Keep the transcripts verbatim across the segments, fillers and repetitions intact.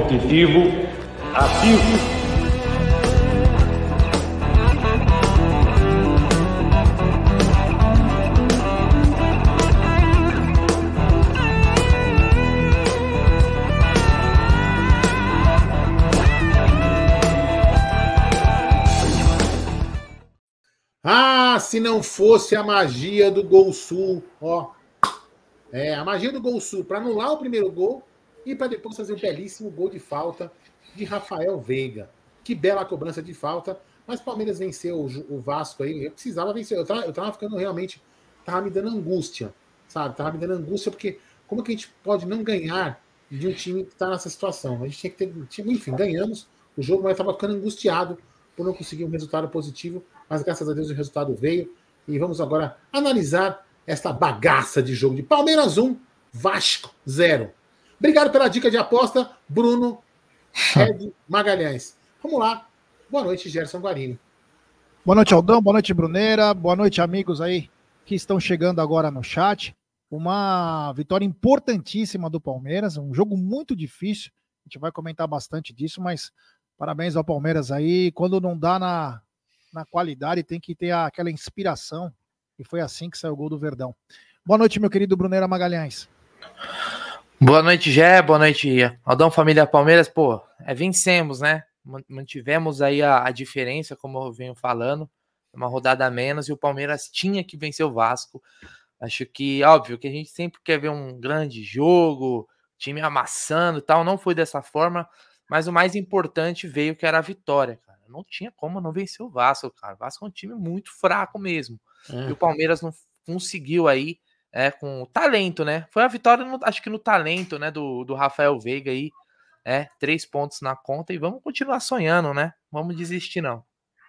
esportivo ativo. Ah, se não fosse a magia do Gol Sul, ó. É, a magia do Gol Sul, para anular o primeiro gol e para depois fazer um belíssimo gol de falta de Rafael Veiga. Que bela cobrança de falta, mas o Palmeiras venceu o, o Vasco aí, eu precisava vencer, eu tava, eu tava ficando realmente, tava me dando angústia, sabe? Tava me dando angústia porque como que a gente pode não ganhar de um time que está nessa situação? A gente tinha que ter, enfim, ganhamos o jogo, mas eu tava ficando angustiado por não conseguir um resultado positivo, mas graças a Deus o resultado veio. E vamos agora analisar esta bagaça de jogo de Palmeiras um, Vasco zero. Obrigado pela dica de aposta, Bruno Red Magalhães. Vamos lá. Boa noite, Gerson Guarini. Boa noite, Aldão. Boa noite, Bruneira. Boa noite, amigos aí que estão chegando agora no chat. Uma vitória importantíssima do Palmeiras, um jogo muito difícil. A gente vai comentar bastante disso, mas parabéns ao Palmeiras aí. Quando não dá na, na qualidade, tem que ter aquela inspiração. E foi assim que saiu o gol do Verdão. Boa noite, meu querido Bruneira Magalhães. Boa noite, Gé. Boa noite, Aldão, família Palmeiras. Pô, é, vencemos, né? Mantivemos aí a, a diferença, como eu venho falando. Uma rodada a menos e o Palmeiras tinha que vencer o Vasco. Acho que, óbvio, que a gente sempre quer ver um grande jogo, time amassando e tal. Não foi dessa forma. Mas o mais importante veio que era a vitória, cara. Não tinha como não vencer o Vasco, cara. O Vasco é um time muito fraco mesmo. É. E o Palmeiras não conseguiu aí, é, com o talento, né? Foi a vitória, no, acho que no talento, né, do, do Rafael Veiga aí. É, três pontos na conta e vamos continuar sonhando, né? Vamos desistir, não.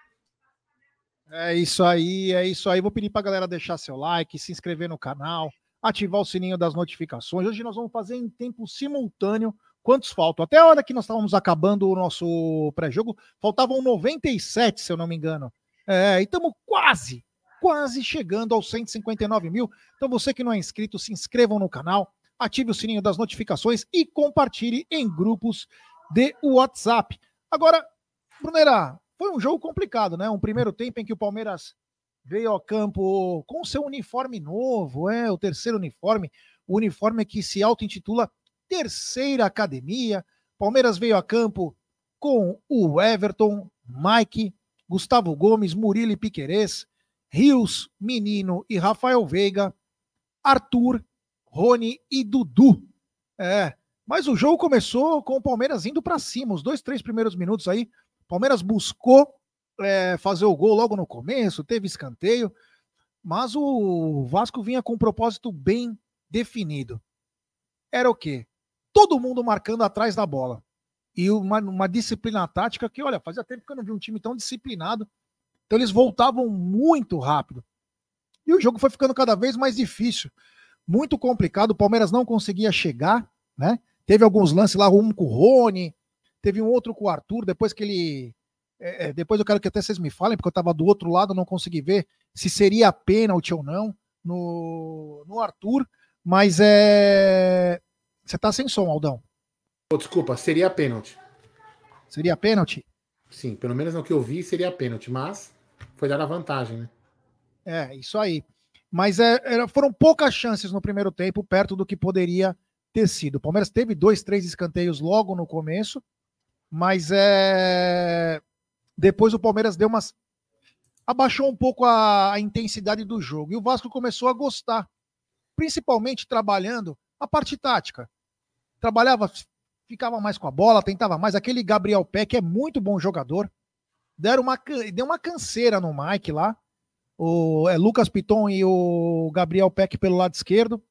É isso aí, é isso aí. Vou pedir pra galera deixar seu like, se inscrever no canal, ativar o sininho das notificações. Hoje nós vamos fazer em tempo simultâneo. Quantos faltam? Até a hora que nós estávamos acabando o nosso pré-jogo, faltavam noventa e sete, se eu não me engano. É, e estamos quase, quase chegando aos cento e cinquenta e nove mil. Então você que não é inscrito, se inscrevam no canal, ative o sininho das notificações e compartilhe em grupos de WhatsApp. Agora, Brunerá, foi um jogo complicado, né? Um primeiro tempo em que o Palmeiras veio ao campo com seu uniforme novo, é, o terceiro uniforme, o uniforme que se auto-intitula Terceira Academia. Palmeiras veio a campo com o Everton, Mike, Gustavo Gomes, Murilo e Piquerez, Rios, Menino e Rafael Veiga, Arthur, Rony e Dudu. É, mas o jogo começou com o Palmeiras indo para cima. Os dois, três primeiros minutos aí, Palmeiras buscou é, fazer o gol logo no começo, teve escanteio, mas o Vasco vinha com um propósito bem definido. Era o quê? Todo mundo marcando atrás da bola. E uma, uma disciplina tática que, olha, fazia tempo que eu não vi um time tão disciplinado. Então eles voltavam muito rápido. E o jogo foi ficando cada vez mais difícil. Muito complicado. O Palmeiras não conseguia chegar, né? Teve alguns lances lá, um com o Rony, teve um outro com o Arthur, depois que ele... É, depois eu quero que até vocês me falem, porque eu estava do outro lado, não consegui ver se seria pênalti ou não no, no Arthur. Mas é... Você tá sem som, Aldão. Oh, desculpa, seria pênalti. Seria pênalti? Sim, pelo menos no que eu vi seria pênalti, mas foi dada a vantagem, né? É, isso aí. Mas é, era, foram poucas chances no primeiro tempo, perto do que poderia ter sido. O Palmeiras teve dois, três escanteios logo no começo, mas é... depois o Palmeiras deu umas... abaixou um pouco a, a intensidade do jogo. E o Vasco começou a gostar, principalmente trabalhando a parte tática. Trabalhava, ficava mais com a bola, tentava mais. Aquele Gabriel Peck é muito bom jogador. Deram uma, deu uma canseira no Mike lá. O é, Lucas Piton e o Gabriel Peck pelo lado esquerdo.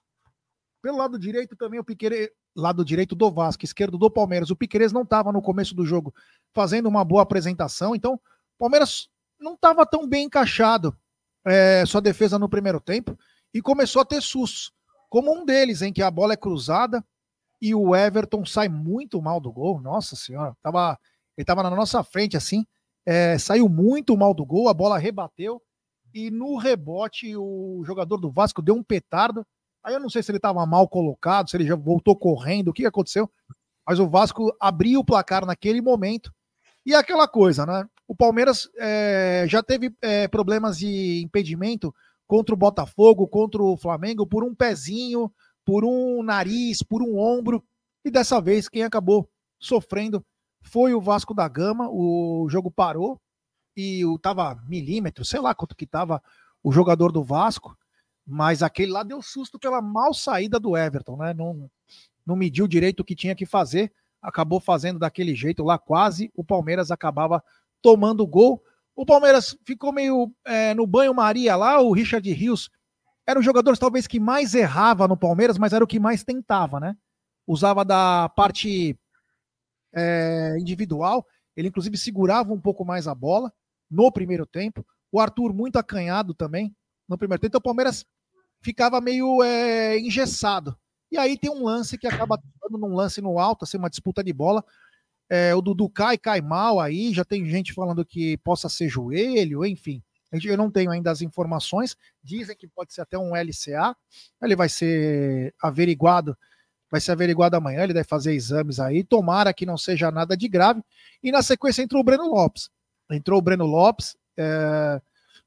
Pelo lado direito também o Piquerez, lado direito do Vasco, esquerdo do Palmeiras. O Piquerez não estava no começo do jogo fazendo uma boa apresentação. Então, o Palmeiras não estava tão bem encaixado é, sua defesa no primeiro tempo e começou a ter sustos. Como um deles, em que a bola é cruzada e o Everton sai muito mal do gol. Nossa senhora, tava, ele estava na nossa frente assim, é, saiu muito mal do gol, a bola rebateu e no rebote o jogador do Vasco deu um petardo. Aí eu não sei se ele estava mal colocado, se ele já voltou correndo, o que aconteceu, mas o Vasco abriu o placar naquele momento. E aquela coisa, né? O Palmeiras é, já teve é, problemas de impedimento contra o Botafogo, contra o Flamengo, por um pezinho, por um nariz, por um ombro. E dessa vez, quem acabou sofrendo foi o Vasco da Gama. O jogo parou e o tava milímetro, sei lá quanto que tava o jogador do Vasco, mas aquele lá deu susto pela mal saída do Everton, né? Não, não mediu direito o que tinha que fazer, acabou fazendo daquele jeito lá, quase o Palmeiras acabava tomando gol. O Palmeiras ficou meio é, no banho-maria lá, o Richard Rios era o jogador talvez que mais errava no Palmeiras, mas era o que mais tentava, né? Usava da parte é, individual, ele inclusive segurava um pouco mais a bola no primeiro tempo. O Arthur muito acanhado também no primeiro tempo, então o Palmeiras ficava meio é, engessado. E aí tem um lance que acaba dando num lance no alto, assim, uma disputa de bola. É, o Dudu cai, cai mal aí, já tem gente falando que possa ser joelho, enfim. Eu não tenho ainda as informações, dizem que pode ser até um L C A, ele vai ser averiguado, vai ser averiguado amanhã, ele deve fazer exames aí, tomara que não seja nada de grave. E na sequência entrou o Breno Lopes. Entrou o Breno Lopes, é,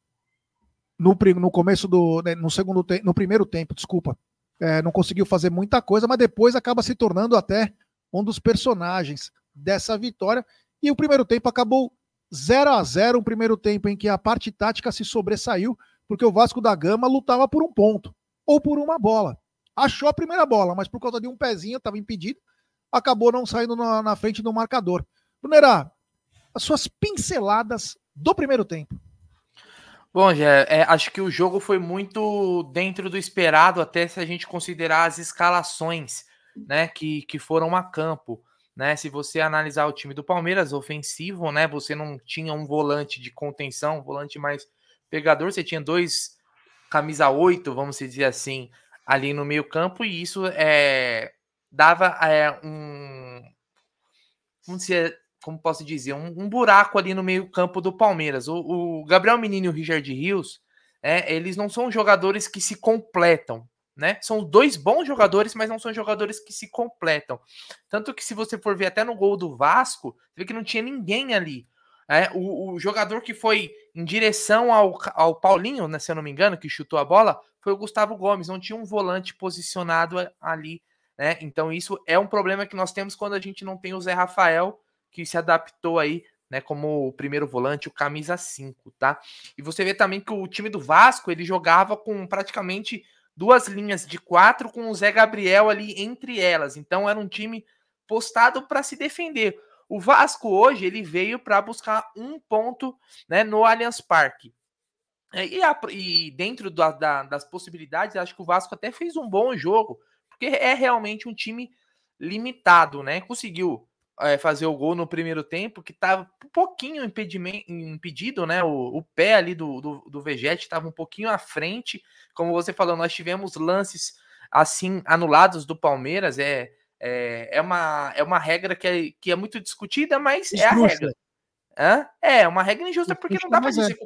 no, no começo do, no segundo no primeiro tempo, desculpa, é, não conseguiu fazer muita coisa, mas depois acaba se tornando até um dos personagens dessa vitória. E o primeiro tempo acabou zero a zero, um primeiro tempo em que a parte tática se sobressaiu, porque o Vasco da Gama lutava por um ponto, ou por uma bola. Achou a primeira bola, mas por causa de um pezinho, estava impedido, acabou não saindo na, na frente do marcador. Brunerá, as suas pinceladas do primeiro tempo. Bom, Gé, é, acho que o jogo foi muito dentro do esperado, até se a gente considerar as escalações, né, que, que foram a campo. Né, se você analisar o time do Palmeiras, ofensivo, né, você não tinha um volante de contenção, um volante mais pegador, você tinha dois camisa oito, vamos dizer assim, ali no meio campo, e isso é, dava é, um, vamos dizer, como posso dizer, um, um buraco ali no meio campo do Palmeiras. O, o Gabriel Menino e o Richard Rios, é, eles não são jogadores que se completam, né? São dois bons jogadores, mas não são jogadores que se completam. Tanto que se você for ver até no gol do Vasco, você vê que não tinha ninguém ali. É, o, o jogador que foi em direção ao, ao Paulinho, né, se eu não me engano, que chutou a bola, foi o Gustavo Gomes. Não tinha um volante posicionado ali, né? Então isso é um problema que nós temos quando a gente não tem o Zé Rafael, que se adaptou aí, né, como o primeiro volante, o camisa cinco, tá? E você vê também que o time do Vasco, ele jogava com praticamente duas linhas de quatro com o Zé Gabriel ali entre elas. Então era um time postado para se defender. O Vasco hoje ele veio para buscar um ponto, né, no Allianz Parque. E, a, e dentro da, da, das possibilidades, acho que o Vasco até fez um bom jogo, porque é realmente um time limitado, né? Conseguiu é, fazer o gol no primeiro tempo, que estava um pouquinho impedido, né? O, o pé ali do, do, do Vegete estava um pouquinho à frente. Como você falou, nós tivemos lances assim anulados do Palmeiras. É, é, é, uma, é uma regra que é, que é muito discutida, mas é a regra. Hã? É uma regra injusta, porque não dá para dizer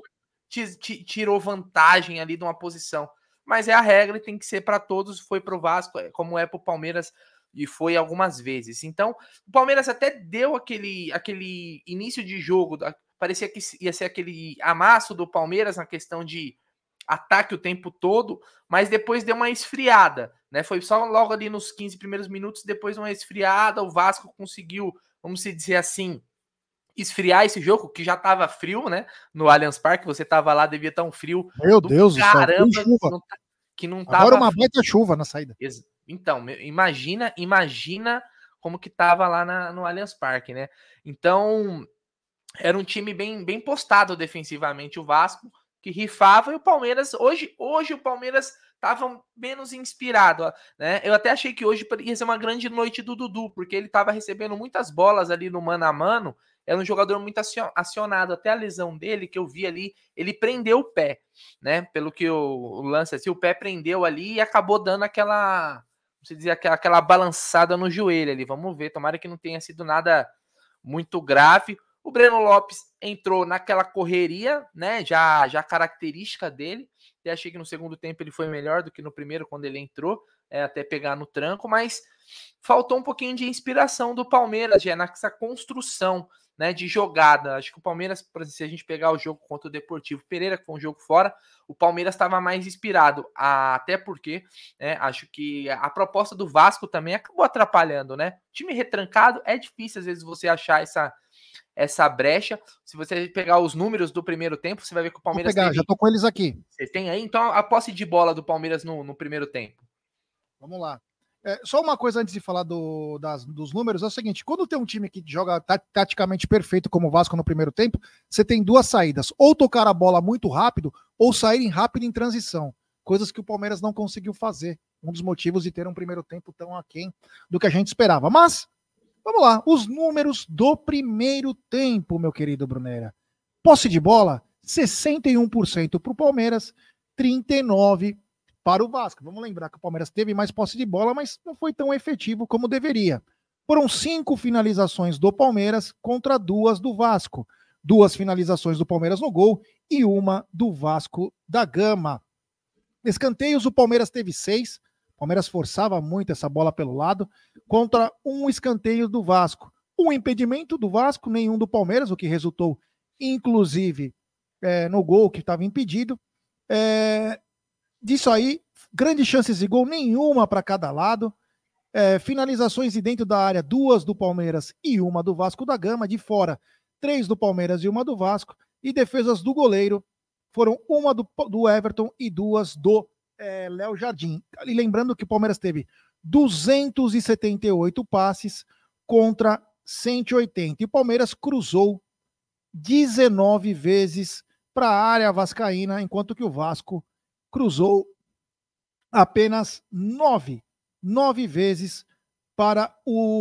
que tirou vantagem ali de uma posição. Mas é a regra e tem que ser para todos. Foi para o Vasco, como é para o Palmeiras, e foi algumas vezes. Então, o Palmeiras até deu aquele, aquele início de jogo, parecia que ia ser aquele amasso do Palmeiras na questão de ataque o tempo todo, mas depois deu uma esfriada, né? Foi só logo ali nos quinze primeiros minutos, depois uma esfriada, o Vasco conseguiu, vamos dizer assim, esfriar esse jogo, que já estava frio, né? No Allianz Parque, você estava lá, devia estar um frio. Meu Deus do caramba, céu, chuva. Não, que não tava. Agora uma baita chuva na saída. Então, imagina, imagina como que tava lá na, no Allianz Parque, né? Então, era um time bem, bem postado defensivamente, o Vasco, que rifava, e o Palmeiras, hoje, hoje o Palmeiras estava menos inspirado, né? Eu até achei que hoje ia ser uma grande noite do Dudu, porque ele estava recebendo muitas bolas ali no mano a mano, era um jogador muito acionado, até a lesão dele, que eu vi ali, ele prendeu o pé, né? Pelo que o, o lance, assim, o pé prendeu ali e acabou dando aquela, vamos dizer, aquela, aquela balançada no joelho ali, vamos ver, tomara que não tenha sido nada muito grave. O Breno Lopes entrou naquela correria, né, já, já característica dele, até achei que no segundo tempo ele foi melhor do que no primeiro, quando ele entrou, é, até pegar no tranco, mas faltou um pouquinho de inspiração do Palmeiras, já nessa construção, né, de jogada. Acho que o Palmeiras, por exemplo, se a gente pegar o jogo contra o Deportivo Pereira, que foi um jogo fora, o Palmeiras estava mais inspirado, até porque, né, acho que a proposta do Vasco também acabou atrapalhando, né? Time retrancado, é difícil às vezes você achar essa, essa brecha. Se você pegar os números do primeiro tempo, você vai ver que o Palmeiras Vou pegar, teve... já tô com eles aqui. Você tem aí? Então a posse de bola do Palmeiras no, no primeiro tempo. Vamos lá. É, só uma coisa antes de falar do, das, dos números, é o seguinte, quando tem um time que joga taticamente perfeito como o Vasco no primeiro tempo, você tem duas saídas, ou tocar a bola muito rápido, ou saírem rápido em transição, coisas que o Palmeiras não conseguiu fazer, um dos motivos de ter um primeiro tempo tão aquém do que a gente esperava. Mas, vamos lá, os números do primeiro tempo, meu querido Brunera. Posse de bola, sessenta e um por cento para o Palmeiras, trinta e nove por cento para o Vasco. Vamos lembrar que o Palmeiras teve mais posse de bola, mas não foi tão efetivo como deveria. Foram cinco finalizações do Palmeiras contra duas do Vasco. Duas finalizações do Palmeiras no gol e uma do Vasco da Gama. Escanteios, o Palmeiras teve seis. O Palmeiras forçava muito essa bola pelo lado, contra um escanteio do Vasco. Um impedimento do Vasco, nenhum do Palmeiras, o que resultou, inclusive, é, no gol que estava impedido. É... Disso aí, grandes chances de gol, nenhuma para cada lado. É, finalizações de dentro da área, duas do Palmeiras e uma do Vasco da Gama. De fora, três do Palmeiras e uma do Vasco. E defesas do goleiro foram uma do, do Everton e duas do é, Léo Jardim. E lembrando que o Palmeiras teve duzentos e setenta e oito passes contra cento e oitenta. E o Palmeiras cruzou dezenove vezes para a área vascaína, enquanto que o Vasco cruzou apenas nove, nove vezes para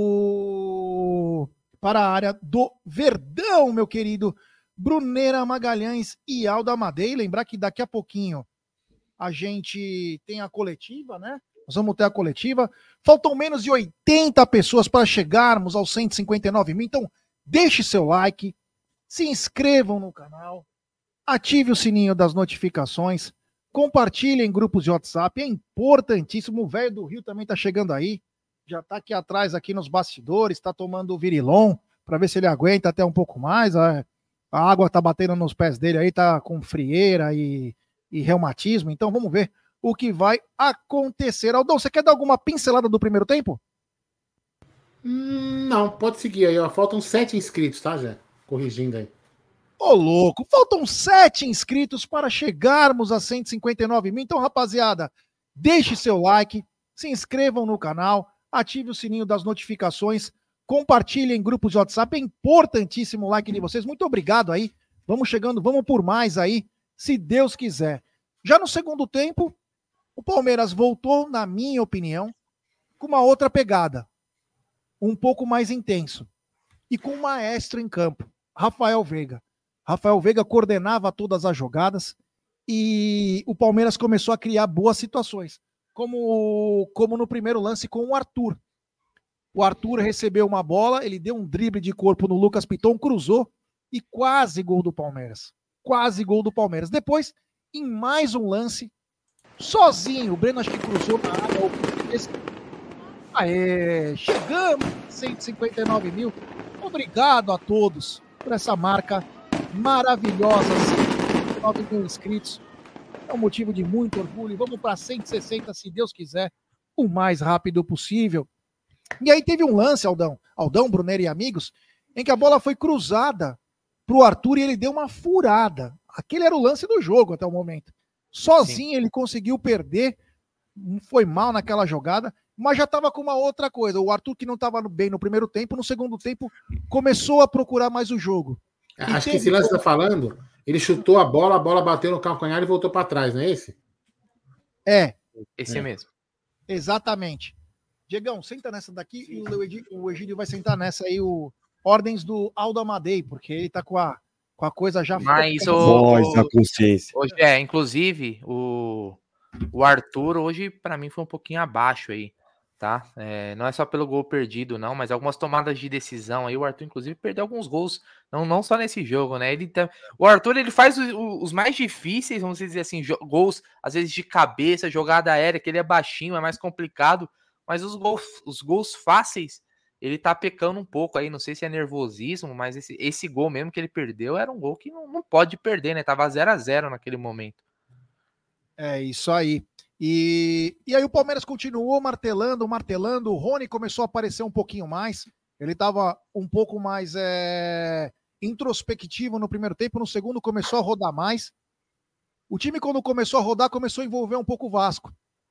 o para a área do Verdão, meu querido Brunera Magalhães e Alda Amadei. Lembrar que daqui a pouquinho a gente tem a coletiva, né? Nós vamos ter a coletiva. Faltam menos de oitenta pessoas para chegarmos aos cento e cinquenta e nove mil. Então, deixe seu like, se inscrevam no canal, ative o sininho das notificações, compartilhe em grupos de WhatsApp, é importantíssimo. O velho do Rio também tá chegando aí, já tá aqui atrás, aqui nos bastidores, tá tomando o Virilon, para ver se ele aguenta até um pouco mais. A, a água tá batendo nos pés dele aí, tá com frieira e, e reumatismo, então vamos ver o que vai acontecer. Aldão, você quer dar alguma pincelada do primeiro tempo? Hum, não, pode seguir aí, ó. Faltam sete inscritos, tá, Jé? Corrigindo aí. Ô, louco, faltam sete inscritos para chegarmos a cento e cinquenta e nove mil. Então, rapaziada, deixe seu like, se inscrevam no canal, ative o sininho das notificações, compartilhem em grupos de WhatsApp. É importantíssimo o like de vocês. Muito obrigado aí. Vamos chegando, vamos por mais aí, se Deus quiser. Já no segundo tempo, o Palmeiras voltou, na minha opinião, com uma outra pegada. Um pouco mais intenso. E com um maestro em campo, Rafael Veiga. Rafael Veiga coordenava todas as jogadas e o Palmeiras começou a criar boas situações, como, como no primeiro lance com o Arthur. O Arthur recebeu uma bola, ele deu um drible de corpo no Lucas Piton, cruzou e quase gol do Palmeiras. Quase gol do Palmeiras. Depois, em mais um lance, sozinho, o Breno acho que cruzou na área. Aê, chegamos a cento e cinquenta e nove mil. Obrigado a todos por essa marca maravilhosa, cento e cinquenta e nove mil inscritos, é um motivo de muito orgulho. Vamos para cento e sessenta, se Deus quiser, o mais rápido possível. E aí teve um lance, Aldão, Aldão, Brunner e amigos, em que a bola foi cruzada para o Arthur e ele deu uma furada. Aquele era o lance do jogo até o momento. Sozinho Sim. ele conseguiu perder, foi mal naquela jogada, mas já estava com uma outra coisa. O Arthur, que não estava bem no primeiro tempo, no segundo tempo começou a procurar mais o jogo. Acho que esse lance que você está falando, ele chutou a bola, a bola bateu no calcanhar e voltou para trás, não é esse? É. Esse é. mesmo. Exatamente. Diegão, senta nessa daqui e o Egídio, o Egídio vai sentar nessa aí, o ordens do Aldo Amadei, porque ele tá com a, com a coisa já... Mas o... Voz da consciência. Hoje, é, inclusive, o, o Arthur hoje, para mim, foi um pouquinho abaixo aí. tá? É, não é só pelo gol perdido, não, mas algumas tomadas de decisão aí, o Arthur, inclusive, perdeu alguns gols, não, não só nesse jogo, né? Ele tá, o Arthur, ele faz o, o, os mais difíceis, vamos dizer assim, gols, às vezes de cabeça, jogada aérea, que ele é baixinho, é mais complicado, mas os gols, os gols fáceis, ele tá pecando um pouco aí, não sei se é nervosismo, mas esse, esse gol mesmo que ele perdeu era um gol que não, não pode perder, né? Tava zero a zero naquele momento. É isso aí. E, e aí o Palmeiras continuou martelando, martelando. O Rony começou a aparecer um pouquinho mais. Ele estava um pouco mais é, introspectivo no primeiro tempo. No segundo começou a rodar mais. O time, quando começou a rodar, começou a envolver um pouco o Vasco.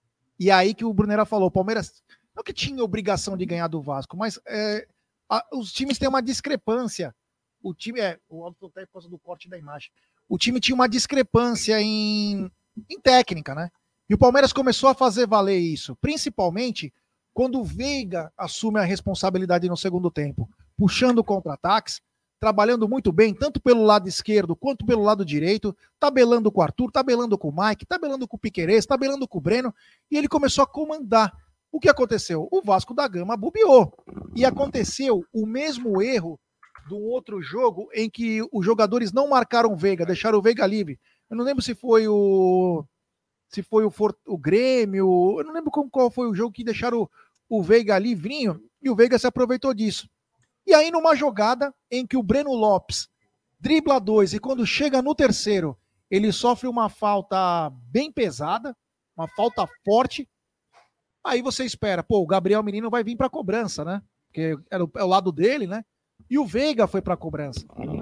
E aí que o Brunera falou, o Palmeiras não que tinha obrigação de ganhar do Vasco, mas é, a, os times têm uma discrepância. O time é, o alto por causa do corte da imagem. O time tinha uma discrepância em, em técnica, né? E o Palmeiras começou a fazer valer isso, principalmente quando o Veiga assume a responsabilidade no segundo tempo, puxando contra-ataques, trabalhando muito bem, tanto pelo lado esquerdo quanto pelo lado direito, tabelando com o Arthur, tabelando com o Mike, tabelando com o Piquerez, tabelando com o Breno, e ele começou a comandar. O que aconteceu? O Vasco da Gama bobeou. E aconteceu o mesmo erro do outro jogo em que os jogadores não marcaram o Veiga, deixaram o Veiga livre. Eu não lembro se foi o se foi o, For, o Grêmio, eu não lembro qual foi o jogo que deixaram o, o Veiga livrinho, e o Veiga se aproveitou disso. E aí, numa jogada em que o Breno Lopes dribla dois e quando chega no terceiro, ele sofre uma falta bem pesada, uma falta forte, aí você espera, pô, o Gabriel Menino vai vir para cobrança, né? Porque é o, é o lado dele, né? E o Veiga foi para cobrança.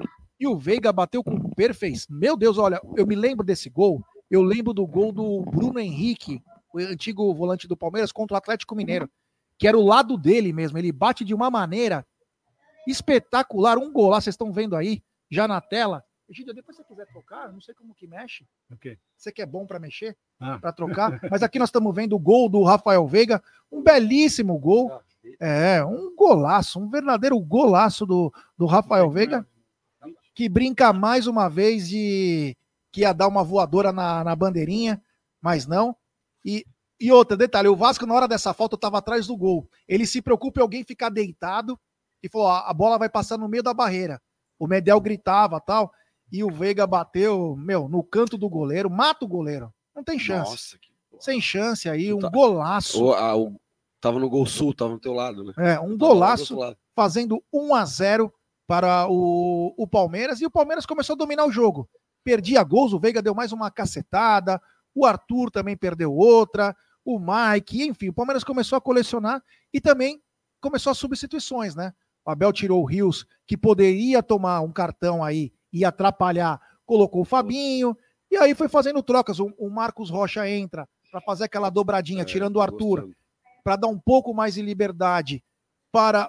E o Veiga bateu com perfeição. Meu Deus, olha, eu me lembro desse gol, eu lembro do gol do Bruno Henrique, o antigo volante do Palmeiras, contra o Atlético Mineiro, que era o lado dele mesmo, ele bate de uma maneira espetacular, um golaço, vocês estão vendo aí, já na tela. Egídio, depois se você quiser trocar, não sei como que mexe. Okay. Você que é bom para mexer, ah. para trocar, mas aqui nós estamos vendo o gol do Rafael Veiga, um belíssimo gol, é, um golaço, um verdadeiro golaço do, do Rafael Veiga, que brinca mais uma vez de que ia dar uma voadora na, na bandeirinha, mas não. E, e outra, detalhe, o Vasco na hora dessa falta estava atrás do gol. Ele se preocupa em alguém ficar deitado e falou, a bola vai passar no meio da barreira. O Medel gritava tal, e o Veiga bateu, meu, no canto do goleiro, mata o goleiro. Não tem chance. Nossa, que... Sem chance aí, um tá... golaço. O, a, o... Tava no Gol Sul, tava no teu lado, né? É, um golaço fazendo um a zero para o, o Palmeiras, e o Palmeiras começou a dominar o jogo. Perdia gols, o Veiga deu mais uma cacetada, o Arthur também perdeu outra, o Mike, enfim, o Palmeiras começou a colecionar e também começou as substituições, né? O Abel tirou o Rios, que poderia tomar um cartão aí e atrapalhar, colocou o Fabinho, e aí foi fazendo trocas. O, o Marcos Rocha entra para fazer aquela dobradinha, é, tirando o Arthur, para dar um pouco mais de liberdade para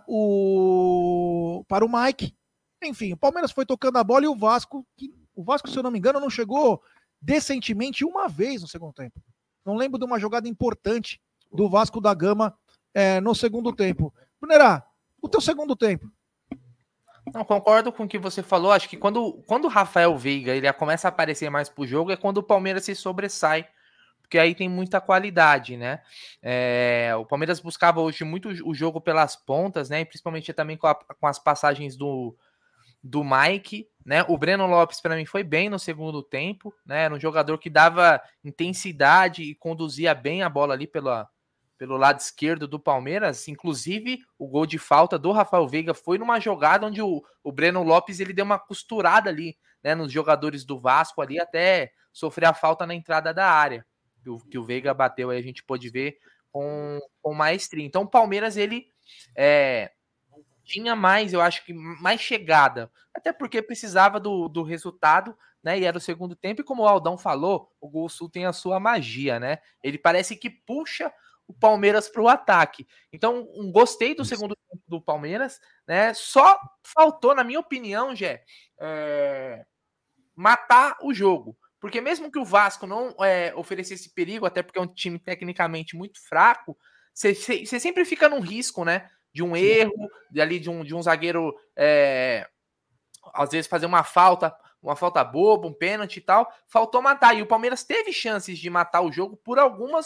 o, para o Mike. Enfim, o Palmeiras foi tocando a bola e o Vasco, que, o Vasco, se eu não me engano, não chegou decentemente uma vez no segundo tempo. Não lembro de uma jogada importante do Vasco da Gama é, no segundo tempo. Brunerá, o teu segundo tempo. Não, concordo com o que você falou. Acho que quando, quando o Rafael Veiga ele começa a aparecer mais pro jogo é quando o Palmeiras se sobressai, porque aí tem muita qualidade, né? É, o Palmeiras buscava hoje muito o jogo pelas pontas, né? E principalmente também com, a, com as passagens do, do Mike, né? O Breno Lopes, para mim, foi bem no segundo tempo, né? Era um jogador que dava intensidade e conduzia bem a bola ali pela... pelo lado esquerdo do Palmeiras, inclusive o gol de falta do Rafael Veiga foi numa jogada onde o, o Breno Lopes ele deu uma costurada ali, né, nos jogadores do Vasco ali, até sofrer a falta na entrada da área, que o, que o Veiga bateu, aí a gente pôde ver com, com maestria. Então o Palmeiras, ele é, tinha mais, eu acho que mais chegada, até porque precisava do, do resultado, né, e era o segundo tempo, e como o Aldão falou, o Gol Sul tem a sua magia, né, ele parece que puxa o Palmeiras para o ataque. Então, um, gostei do Isso. segundo tempo do Palmeiras, né? Só faltou, na minha opinião, Gé, é, matar o jogo. Porque mesmo que o Vasco não é, oferecesse perigo, até porque é um time tecnicamente muito fraco, você sempre fica num risco, né? De um erro, de, ali, de, um, de um zagueiro, é, às vezes, fazer uma falta, uma falta boba, um pênalti e tal. Faltou matar. E o Palmeiras teve chances de matar o jogo por algumas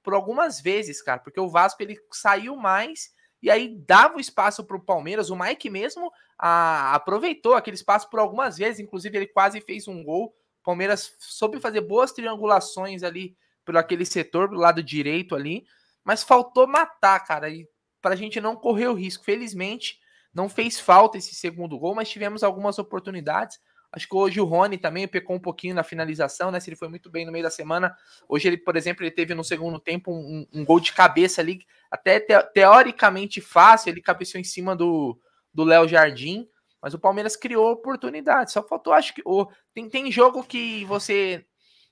por algumas vezes, cara, porque o Vasco ele saiu mais e aí dava o espaço para o Palmeiras. O Mike mesmo a, aproveitou aquele espaço por algumas vezes, inclusive ele quase fez um gol. O Palmeiras soube fazer boas triangulações ali por aquele setor, do lado direito ali, mas faltou matar, cara, e pra gente não correr o risco. Felizmente, não fez falta esse segundo gol, mas tivemos algumas oportunidades. Acho que hoje o Rony também pecou um pouquinho na finalização, né? Se ele foi muito bem no meio da semana. Hoje ele, por exemplo, ele teve no segundo tempo um, um gol de cabeça ali, até te, teoricamente fácil, ele cabeceou em cima do do Léo Jardim, mas o Palmeiras criou oportunidade. Só faltou, acho que o, tem, tem jogo que você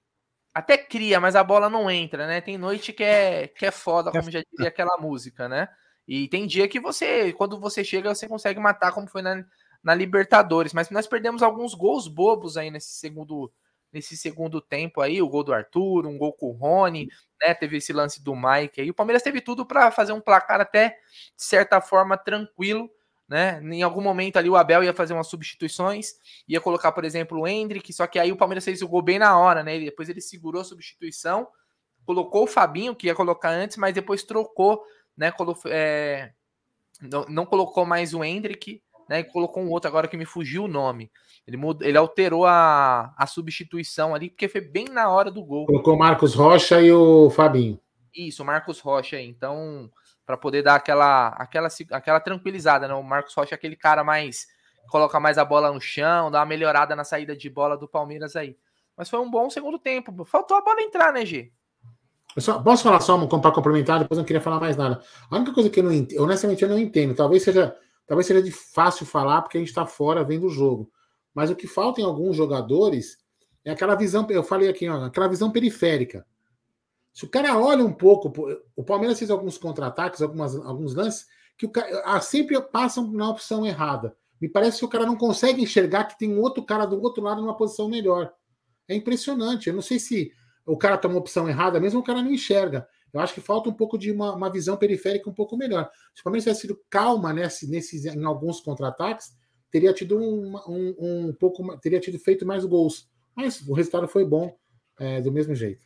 até cria, mas a bola não entra, né? Tem noite que é, que é foda, como já dizia aquela música, né? E tem dia que você, quando você chega, você consegue matar, como foi na, na Libertadores. Mas nós perdemos alguns gols bobos aí nesse segundo, nesse segundo tempo aí. O gol do Arthur, um gol com o Rony, né? Teve esse lance do Mike aí. O Palmeiras teve tudo para fazer um placar até, de certa forma, tranquilo, né? Em algum momento ali o Abel ia fazer umas substituições, ia colocar, por exemplo, o Endrick, só que aí o Palmeiras fez o gol bem na hora, né? E depois ele segurou a substituição, colocou o Fabinho, que ia colocar antes, mas depois trocou, né? Colo é... não, não colocou mais o Endrick, né? E colocou um outro agora que me fugiu o nome. Ele, mudou, ele alterou a, a substituição ali, porque foi bem na hora do gol. Colocou o Marcos Rocha e o Fabinho. Isso, o Marcos Rocha aí. Então, para poder dar aquela, aquela, aquela tranquilizada, né? O Marcos Rocha é aquele cara mais, coloca mais a bola no chão, dá uma melhorada na saída de bola do Palmeiras aí. Mas foi um bom segundo tempo. Faltou a bola entrar, né, G? Eu só, posso falar só para complementar, depois não queria falar mais nada. A única coisa que eu não entendo, honestamente eu não entendo, talvez seja, talvez seja de fácil falar porque a gente está fora vendo o jogo. Mas o que falta em alguns jogadores é aquela visão, eu falei aqui, ó, aquela visão periférica. Se o cara olha um pouco, o Palmeiras fez alguns contra-ataques, algumas, alguns lances, que o cara, sempre passam na opção errada. Me parece que o cara não consegue enxergar que tem um outro cara do outro lado numa posição melhor. É impressionante. Eu não sei se o cara toma uma opção errada, mesmo o cara não enxerga. Eu acho que falta um pouco de uma, uma visão periférica um pouco melhor. Se o Palmeiras tivesse sido calma nesse, nesses, em alguns contra-ataques, teria tido um, um, um pouco, teria tido feito mais gols. Mas o resultado foi bom é, do mesmo jeito.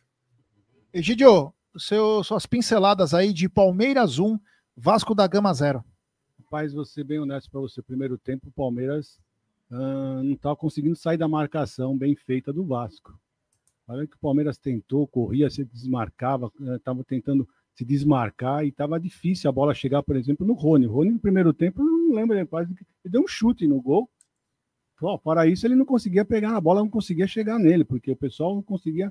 Egidio, seu, suas pinceladas aí de Palmeiras um, Vasco da Gama zero. Rapaz, vou ser bem honesto para você. Primeiro tempo, o Palmeiras uh, não estava conseguindo sair da marcação bem feita do Vasco. Olha que o Palmeiras tentou, corria, se desmarcava, estava uh, tentando se desmarcar e estava difícil a bola chegar, por exemplo, no Rony. O Rony, no primeiro tempo, eu não lembro, ele quase ele deu um chute no gol. Oh, para isso, ele não conseguia pegar na bola, não conseguia chegar nele, porque o pessoal não conseguia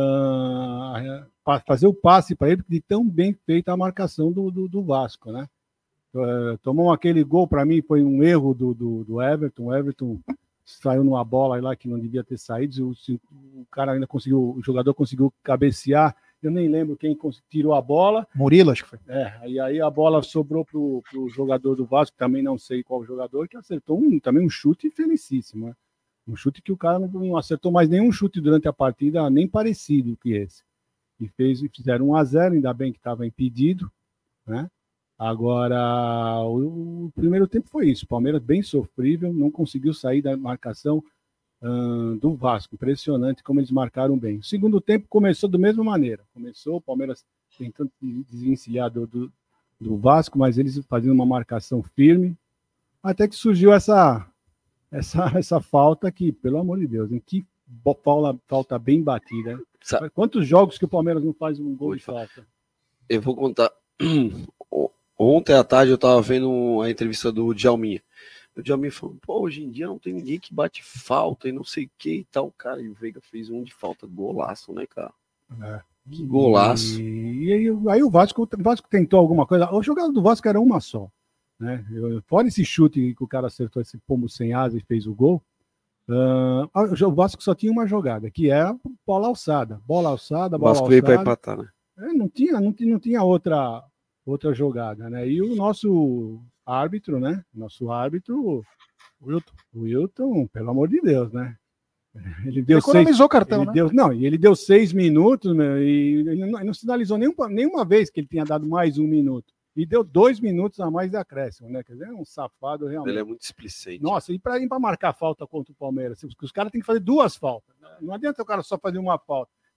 uh, fazer o passe para ele, de tão bem feita a marcação do, do, do Vasco, né? Uh, tomou aquele gol, para mim, foi um erro do, do, do Everton. O Everton saiu numa bola lá que não devia ter saído, o, o cara ainda conseguiu, o jogador conseguiu cabecear. Eu nem lembro quem tirou a bola. Murilo, acho que foi. É, e aí a bola sobrou pro, pro jogador do Vasco, também não sei qual jogador, que acertou um, também um chute felicíssimo, né? Um chute que o cara não acertou mais nenhum chute durante a partida, nem parecido que esse. E fez, fizeram um a zero, ainda bem que estava impedido, né? Agora, o, o primeiro tempo foi isso. O Palmeiras bem sofrível, não conseguiu sair da marcação Uh, do Vasco, impressionante como eles marcaram bem. O segundo tempo começou da mesma maneira, começou o Palmeiras tentando desvencilhar do, do, do Vasco, mas eles fazendo uma marcação firme, até que surgiu essa essa, essa falta que, pelo amor de Deus, hein? Que falta, falta bem batida. Sabe? Quantos jogos que o Palmeiras não faz um gol de falta? Eu vou contar. Ontem à tarde eu estava vendo a entrevista do Djalminha. O Djalminha falou, pô, hoje em dia não tem ninguém que bate falta e não sei o que e tal, cara. E o Veiga fez um de falta, golaço, né, cara? É. Que golaço. E, e aí, aí o Vasco, o Vasco tentou alguma coisa. O jogada do Vasco era uma só, né? Eu, fora esse chute que o cara acertou esse pombo sem asa e fez o gol, uh, o Vasco só tinha uma jogada, que era bola alçada. Bola alçada, bola alçada. O Vasco veio para empatar, né? É, não tinha, não tinha, não tinha outra, outra jogada, né? E o nosso árbitro, né? Nosso árbitro, Wilton. Wilton, pelo amor de Deus, né? Ele deu economizou seis, cartão, ele né? Deu, não, e ele deu seis minutos, meu, e ele não, ele não sinalizou nenhuma, nenhuma vez que ele tinha dado mais um minuto. E deu dois minutos a mais de acréscimo, né? Quer dizer, é um safado realmente. Ele é muito displicente. Nossa, e para ir para marcar falta contra o Palmeiras, os, os caras têm que fazer duas faltas. Não adianta o cara só fazer uma falta.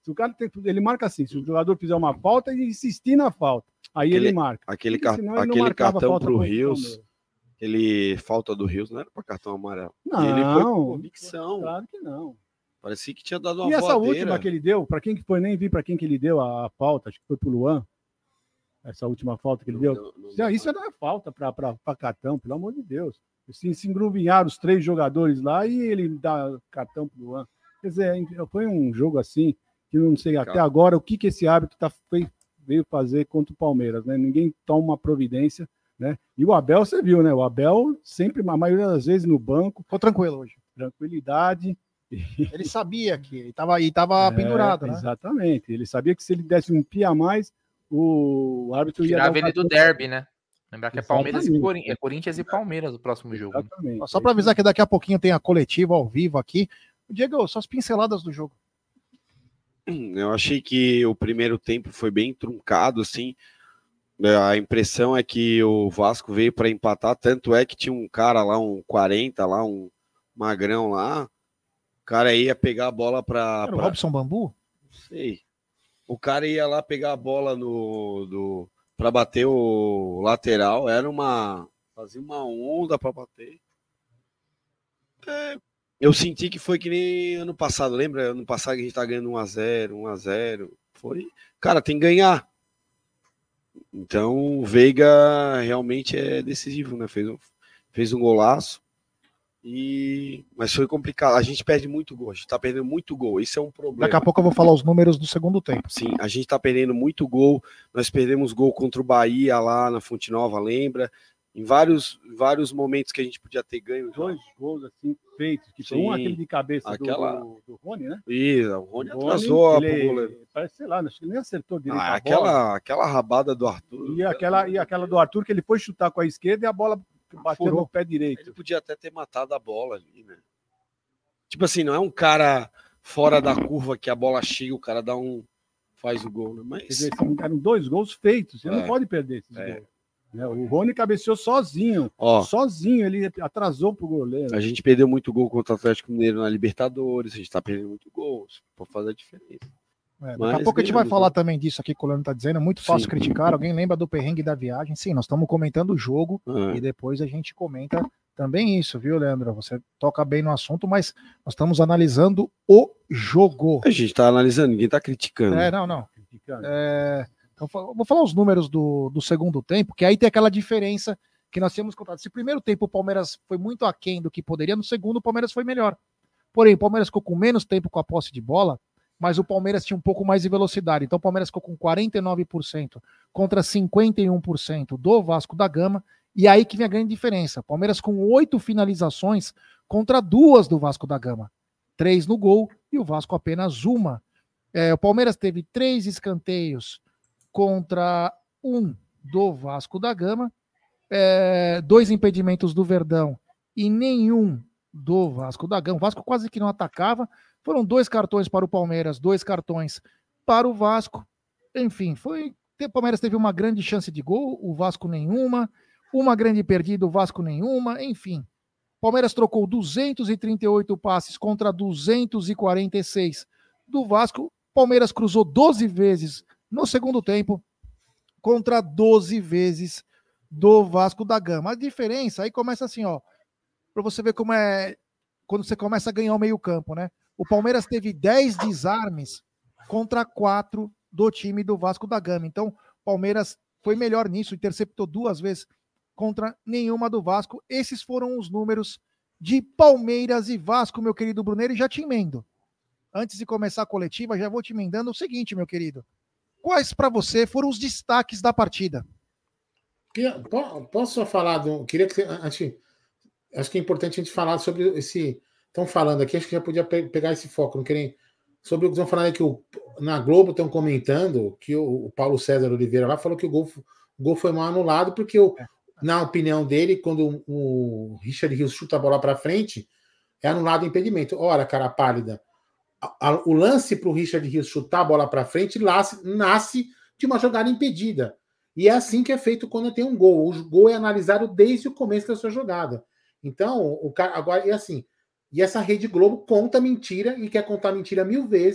Se o cara tem, ele marca assim, se o jogador fizer uma falta e insistir na falta, aí Aquele- ele marca. Aquele, Porque car- senão ele não aquele marcava cartão falta pro contra o Rios, Palmeiras. aquele falta do Rios, não era pra cartão amarelo. Não, E ele foi com convicção. claro que não. Parecia que tinha dado uma E essa voadeira. última que ele deu, para quem que foi, nem vi para quem que ele deu a, a falta, acho que foi pro Luan. Essa última falta que ele deu. Não, não, Já, isso não é falta para cartão, pelo amor de Deus. Assim, se engruvinharam os três jogadores lá e ele dá cartão pro Luan. Quer dizer, foi um jogo assim, que eu não sei até Cara. agora o que, que esse árbitro tá, foi, veio fazer contra o Palmeiras, né? Ninguém toma uma providência, né? E o Abel, você viu, né? O Abel sempre, a maioria das vezes, no banco, Ficou tranquilo hoje. tranquilidade. Ele sabia que ele tava, e tava É, pendurado, né? Exatamente. Ele sabia que se ele desse um pia a mais, o árbitro ia dar Tirava um ele do cartão. derby, né? Lembrar que é Palmeiras e Exatamente. Corinthians, é Corinthians e Palmeiras o próximo jogo. né? Exatamente. Só para avisar que daqui a pouquinho tem a coletiva ao vivo aqui. Diego, só as pinceladas do jogo. Eu achei que o primeiro tempo foi bem truncado, assim. A impressão é que o Vasco veio para empatar, tanto é que tinha um cara lá, um quarenta lá, um magrão lá. O cara ia pegar a bola para. Era o Robson Bambu? Não sei. O cara ia lá pegar a bola no do para bater o lateral, era uma fazia uma onda para bater. É, eu senti que foi que nem ano passado, lembra? Ano passado que a gente tá ganhando um a zero, um a zero. Foi, cara, tem que ganhar. Então, o Veiga realmente é decisivo, né? Fez um, fez um golaço. E... Mas foi complicado. A gente perde muito gol. A gente tá perdendo muito gol. Isso é um problema. Daqui a pouco eu vou falar os números do segundo tempo. Sim, a gente tá perdendo muito gol. Nós perdemos gol contra o Bahia lá na Fonte Nova, lembra? Em vários, vários momentos que a gente podia ter ganho. Dois gols assim feitos, que foi Sim. um aquele de cabeça do- Aquela- do, do Rony, né? Ih, o Rony O Rony, atrasou ele- pro goleiro. Parece, sei lá, acho que ele nem acertou direito Ah, a bola. aquela, aquela rabada do Arthur. E aquela, e aquela do Arthur, que ele foi chutar com a esquerda e a bola bateu Furou. no pé direito. Ele podia até ter matado a bola ali, né? Tipo assim, não é um cara fora da curva que a bola chega, o cara dá um. Faz o gol, né? Quer Mas. dizer, são- eram dois gols feitos, você É. não pode perder esses É. gols. Né? O Rony cabeceou sozinho, Ó, sozinho, ele atrasou pro goleiro. a gente perdeu muito gol contra o Atlético Mineiro na Libertadores, a gente tá perdendo muito gol, isso pode fazer a diferença. É, daqui Mas a pouco a gente vai ganhamos, falar né? também disso aqui que o Leandro tá dizendo. É muito fácil Sim. criticar. Alguém lembra do perrengue da viagem? Sim, nós estamos comentando o jogo Ah, e depois a gente comenta também isso, viu, Leandro? Você toca bem no assunto, mas nós estamos analisando o jogo. a gente tá analisando, ninguém tá criticando. É, não, não. Criticando. É, então, fa- vou falar os números do, do segundo tempo, que aí tem aquela diferença que nós temos contado. Se primeiro tempo o Palmeiras foi muito aquém do que poderia, no segundo o Palmeiras foi melhor. Porém, o Palmeiras ficou com menos tempo com a posse de bola, mas o Palmeiras tinha um pouco mais de velocidade. Então o Palmeiras ficou com quarenta e nove por cento contra cinquenta e um por cento do Vasco da Gama. E aí que vem a grande diferença. Palmeiras com oito finalizações contra duas do Vasco da Gama. Três no gol e o Vasco apenas uma. É, o Palmeiras teve três escanteios contra um do Vasco da Gama, é, dois impedimentos do Verdão e nenhum do Vasco da Gama. O Vasco quase que não atacava. Foram dois cartões para o Palmeiras, dois cartões para o Vasco. Enfim, foi. O Palmeiras teve uma grande chance de gol, o Vasco nenhuma. Uma grande perdida, o Vasco nenhuma. Enfim, Palmeiras trocou duzentos e trinta e oito passes contra duzentos e quarenta e seis do Vasco. Palmeiras cruzou doze vezes no segundo tempo contra doze vezes do Vasco da Gama. A diferença aí começa assim, ó, para você ver como é quando você começa a ganhar o meio-campo, né? O Palmeiras teve dez desarmes contra quatro do time do Vasco da Gama. Então, o Palmeiras foi melhor nisso, interceptou duas vezes contra nenhuma do Vasco. Esses foram os números de Palmeiras e Vasco, meu querido Brunelli. Já te emendo. Antes de começar a coletiva, já vou te emendando o seguinte, meu querido. Quais para você foram os destaques da partida? Queria- po- Posso só falar do. Queria que você. Acho, acho que é importante a gente falar sobre esse. Estão falando aqui, acho que já podia pe- pegar esse foco. Não querem. Sobre o que estão falando aqui, o, na Globo estão comentando que o, o Paulo César Oliveira lá falou que o gol, o gol foi mal anulado, porque, o, na opinião dele, quando o, o Richard Rios chuta a bola para frente, é anulado o impedimento. Ora, cara pálida. A- a- o lance para o Richard Rios chutar a bola para frente nasce, nasce de uma jogada impedida. E é assim que é feito quando tem um gol. O gol é analisado desde o começo da sua jogada. Então, o cara agora é assim. E essa Rede Globo conta mentira e quer contar mentira mil vezes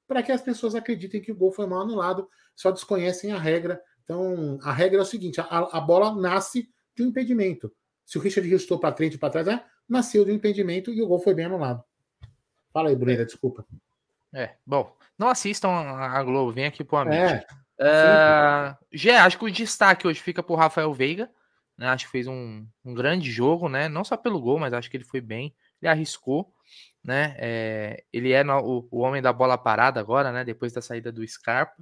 para que as pessoas acreditem que o gol foi mal anulado, só desconhecem a regra. Então, a regra é o seguinte, a, a bola nasce de um impedimento. Se o Richard Rios estou para frente e para trás, né, nasceu de um impedimento e o gol foi bem anulado. Fala aí, Bruneira, desculpa. É, bom, não assistam a Globo, vem aqui pro amigo. É, Uh, Gé, acho que o destaque hoje fica pro Rafael Veiga, né? Acho que fez um, um grande jogo, né? Não só pelo gol, mas acho que ele foi bem, ele arriscou, né? É, ele é no, o, o homem da bola parada agora, né? Depois da saída do Scarpa.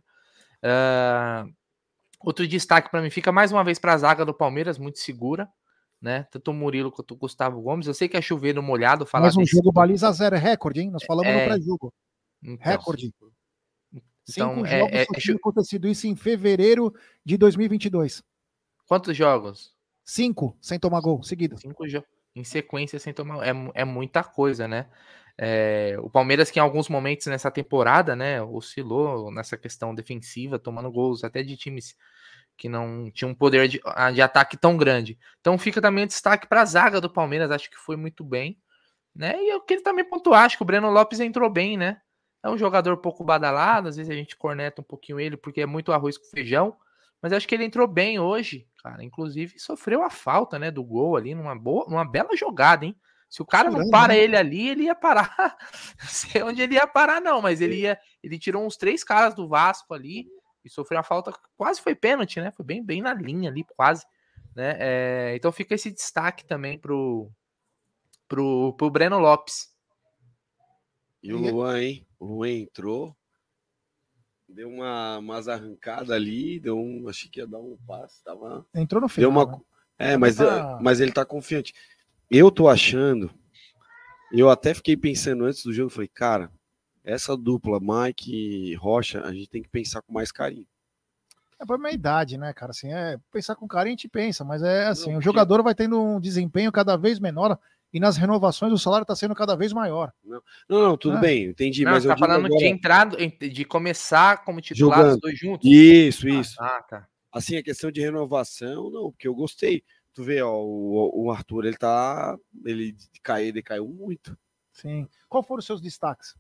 Uh, outro destaque para mim fica mais uma vez para a zaga do Palmeiras, muito segura, né? Tanto o Murilo quanto o Gustavo Gomes. Eu sei que é chover no molhado falar Mais um desse... jogo baliza zero, é recorde, hein? Nós falamos É, no pré-jogo. Então, Recorde. Então, Cinco é, jogos é, só é, tinha acontecido isso em fevereiro de dois mil e vinte e dois. Quantos jogos? Cinco, sem tomar gol, seguido. Cinco jogos em sequência sem tomar. É, é muita coisa, né? É, o Palmeiras, que em alguns momentos nessa temporada, né, oscilou nessa questão defensiva, tomando gols até de times que não tinham um poder de, de ataque tão grande. Então fica também destaque para a zaga do Palmeiras, acho que foi muito bem, né? E eu queria também pontuar, acho que o Breno Lopes entrou bem, né? É um jogador pouco badalado, às vezes a gente corneta um pouquinho ele porque é muito arroz com feijão, mas acho que ele entrou bem hoje, cara. Inclusive sofreu a falta, né, do gol ali numa boa, numa bela jogada, hein? Se o cara não para ele ali, ele ia parar. Não sei onde ele ia parar, não, mas ele ia, ele tirou uns três caras do Vasco ali e sofreu a falta, quase foi pênalti, né? Foi bem, bem na linha ali, quase, né? É, então fica esse destaque também pro pro, pro Breno Lopes. E o Luan, hein? O Luan entrou, deu uma, umas arrancadas ali, deu um, achei que ia dar um passe, tava... Entrou no final, deu uma, né? É, mas, tá... mas ele tá confiante. Eu tô achando, eu até fiquei pensando antes do jogo, falei, cara, essa dupla, Mike e Rocha, a gente tem que pensar com mais carinho. É pra minha idade, né, cara? Assim, é, pensar com carinho a gente pensa, mas é assim, Não, o jogador vai tendo um desempenho cada vez menor e nas renovações o salário tá sendo cada vez maior. Não, não, não tudo Ah. bem, entendi, Não, mas você eu tá falando agora... de entrar, de começar como titular Jogando. os dois juntos? Isso, isso. Ah, tá. Assim, a questão de renovação, não, porque eu gostei. Tu vê, ó, o, o Arthur, ele tá, ele caiu, ele caiu muito. Sim. Qual foram os seus destaques?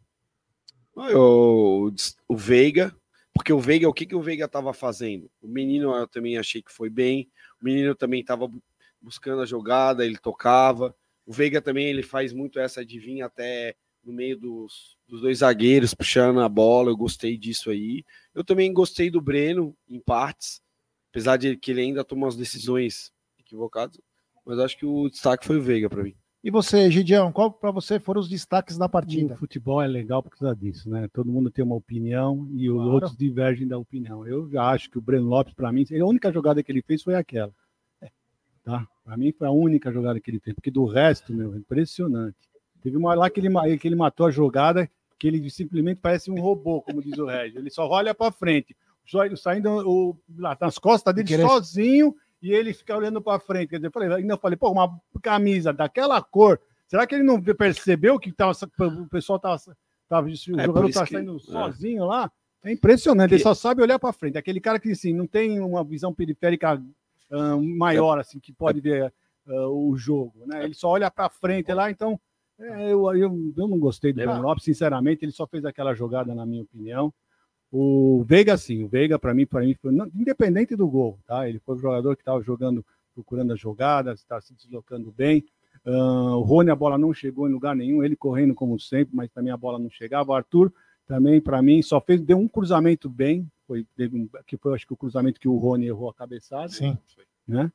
O, o Veiga, porque o Veiga, o que, que o Veiga estava fazendo? O menino eu também achei que foi bem, o menino também estava buscando a jogada, ele tocava. O Veiga também, ele faz muito essa de vir até no meio dos, dos dois zagueiros, puxando a bola, eu gostei disso aí. Eu também gostei do Breno, em partes, apesar de que ele ainda toma as decisões equivocadas, mas acho que o destaque foi o Veiga para mim. E você, Gidião, qual para você foram os destaques da partida? O futebol é legal por causa disso, né? Todo mundo tem uma opinião e os Claro. outros divergem da opinião. Eu já acho que o Breno Lopes, para mim, a única jogada que ele fez foi aquela. Tá? Para mim foi a única jogada que ele fez, porque do resto, meu, é impressionante. Teve uma lá que ele, que ele matou a jogada, que ele simplesmente parece um robô, como diz o Regis. Ele só olha para frente, só saindo o, lá nas costas dele Querer... sozinho, e ele fica olhando para frente. Quer dizer, eu falei, ainda falei, pô, uma camisa daquela cor, será que ele não percebeu que tava, o pessoal estava, tava, o é, jogador estava que... saindo é. sozinho lá? É impressionante, que... ele só sabe olhar para frente. Aquele cara que assim, não tem uma visão periférica uh, maior, assim, que pode ver uh, o jogo, né? Ele só olha para frente lá, então é, eu, eu, eu não gostei do Breno Lopes, sinceramente, ele só fez aquela jogada, na minha opinião. O Veiga, sim, o Veiga, para mim, para mim, foi não, independente do gol, tá? Ele foi o jogador que estava jogando, procurando as jogadas, estava se deslocando bem. Uh, o Rony, a bola não chegou em lugar nenhum, ele correndo como sempre, mas também a bola não chegava. O Arthur, também, para mim, só fez, deu um cruzamento bem, foi, teve um, que foi, acho que o cruzamento que o Rony errou a cabeçada. Sim. Né?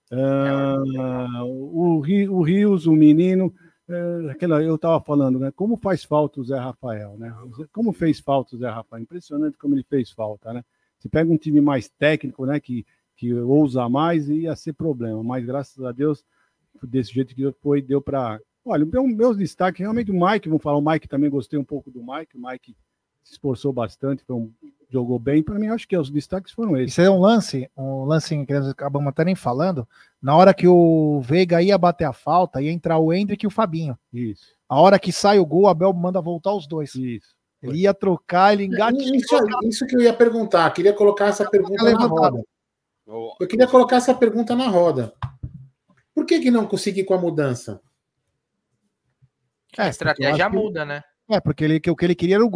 Uh, o, o Rios, o menino. É, aquela, eu estava falando, né? Como faz falta o Zé Rafael, né? Como fez falta o Zé Rafael? Impressionante como ele fez falta, né? Se pega um time mais técnico, né? Que, que ousa mais, ia ser problema. Mas graças a Deus, desse jeito que foi, deu para. Olha, meus destaques, realmente o Mike, vamos falar, o Mike também gostei um pouco do Mike. O Mike se esforçou bastante, foi um, jogou bem. Para mim, acho que os destaques foram esses. Isso é um lance, um lance que nós acabamos até nem falando. Na hora que o Veiga ia bater a falta, ia entrar o Hendrick e o Fabinho. Isso. A hora que sai o gol, o Abel manda voltar os dois. Isso. Ele ia trocar, ele engatilhou. Isso, isso que eu ia perguntar. Queria colocar essa pergunta na roda. Eu queria colocar essa pergunta na roda. Por que que não conseguir com a mudança? É, a estratégia que... muda, né? É, porque ele, que, o que ele queria era o gol.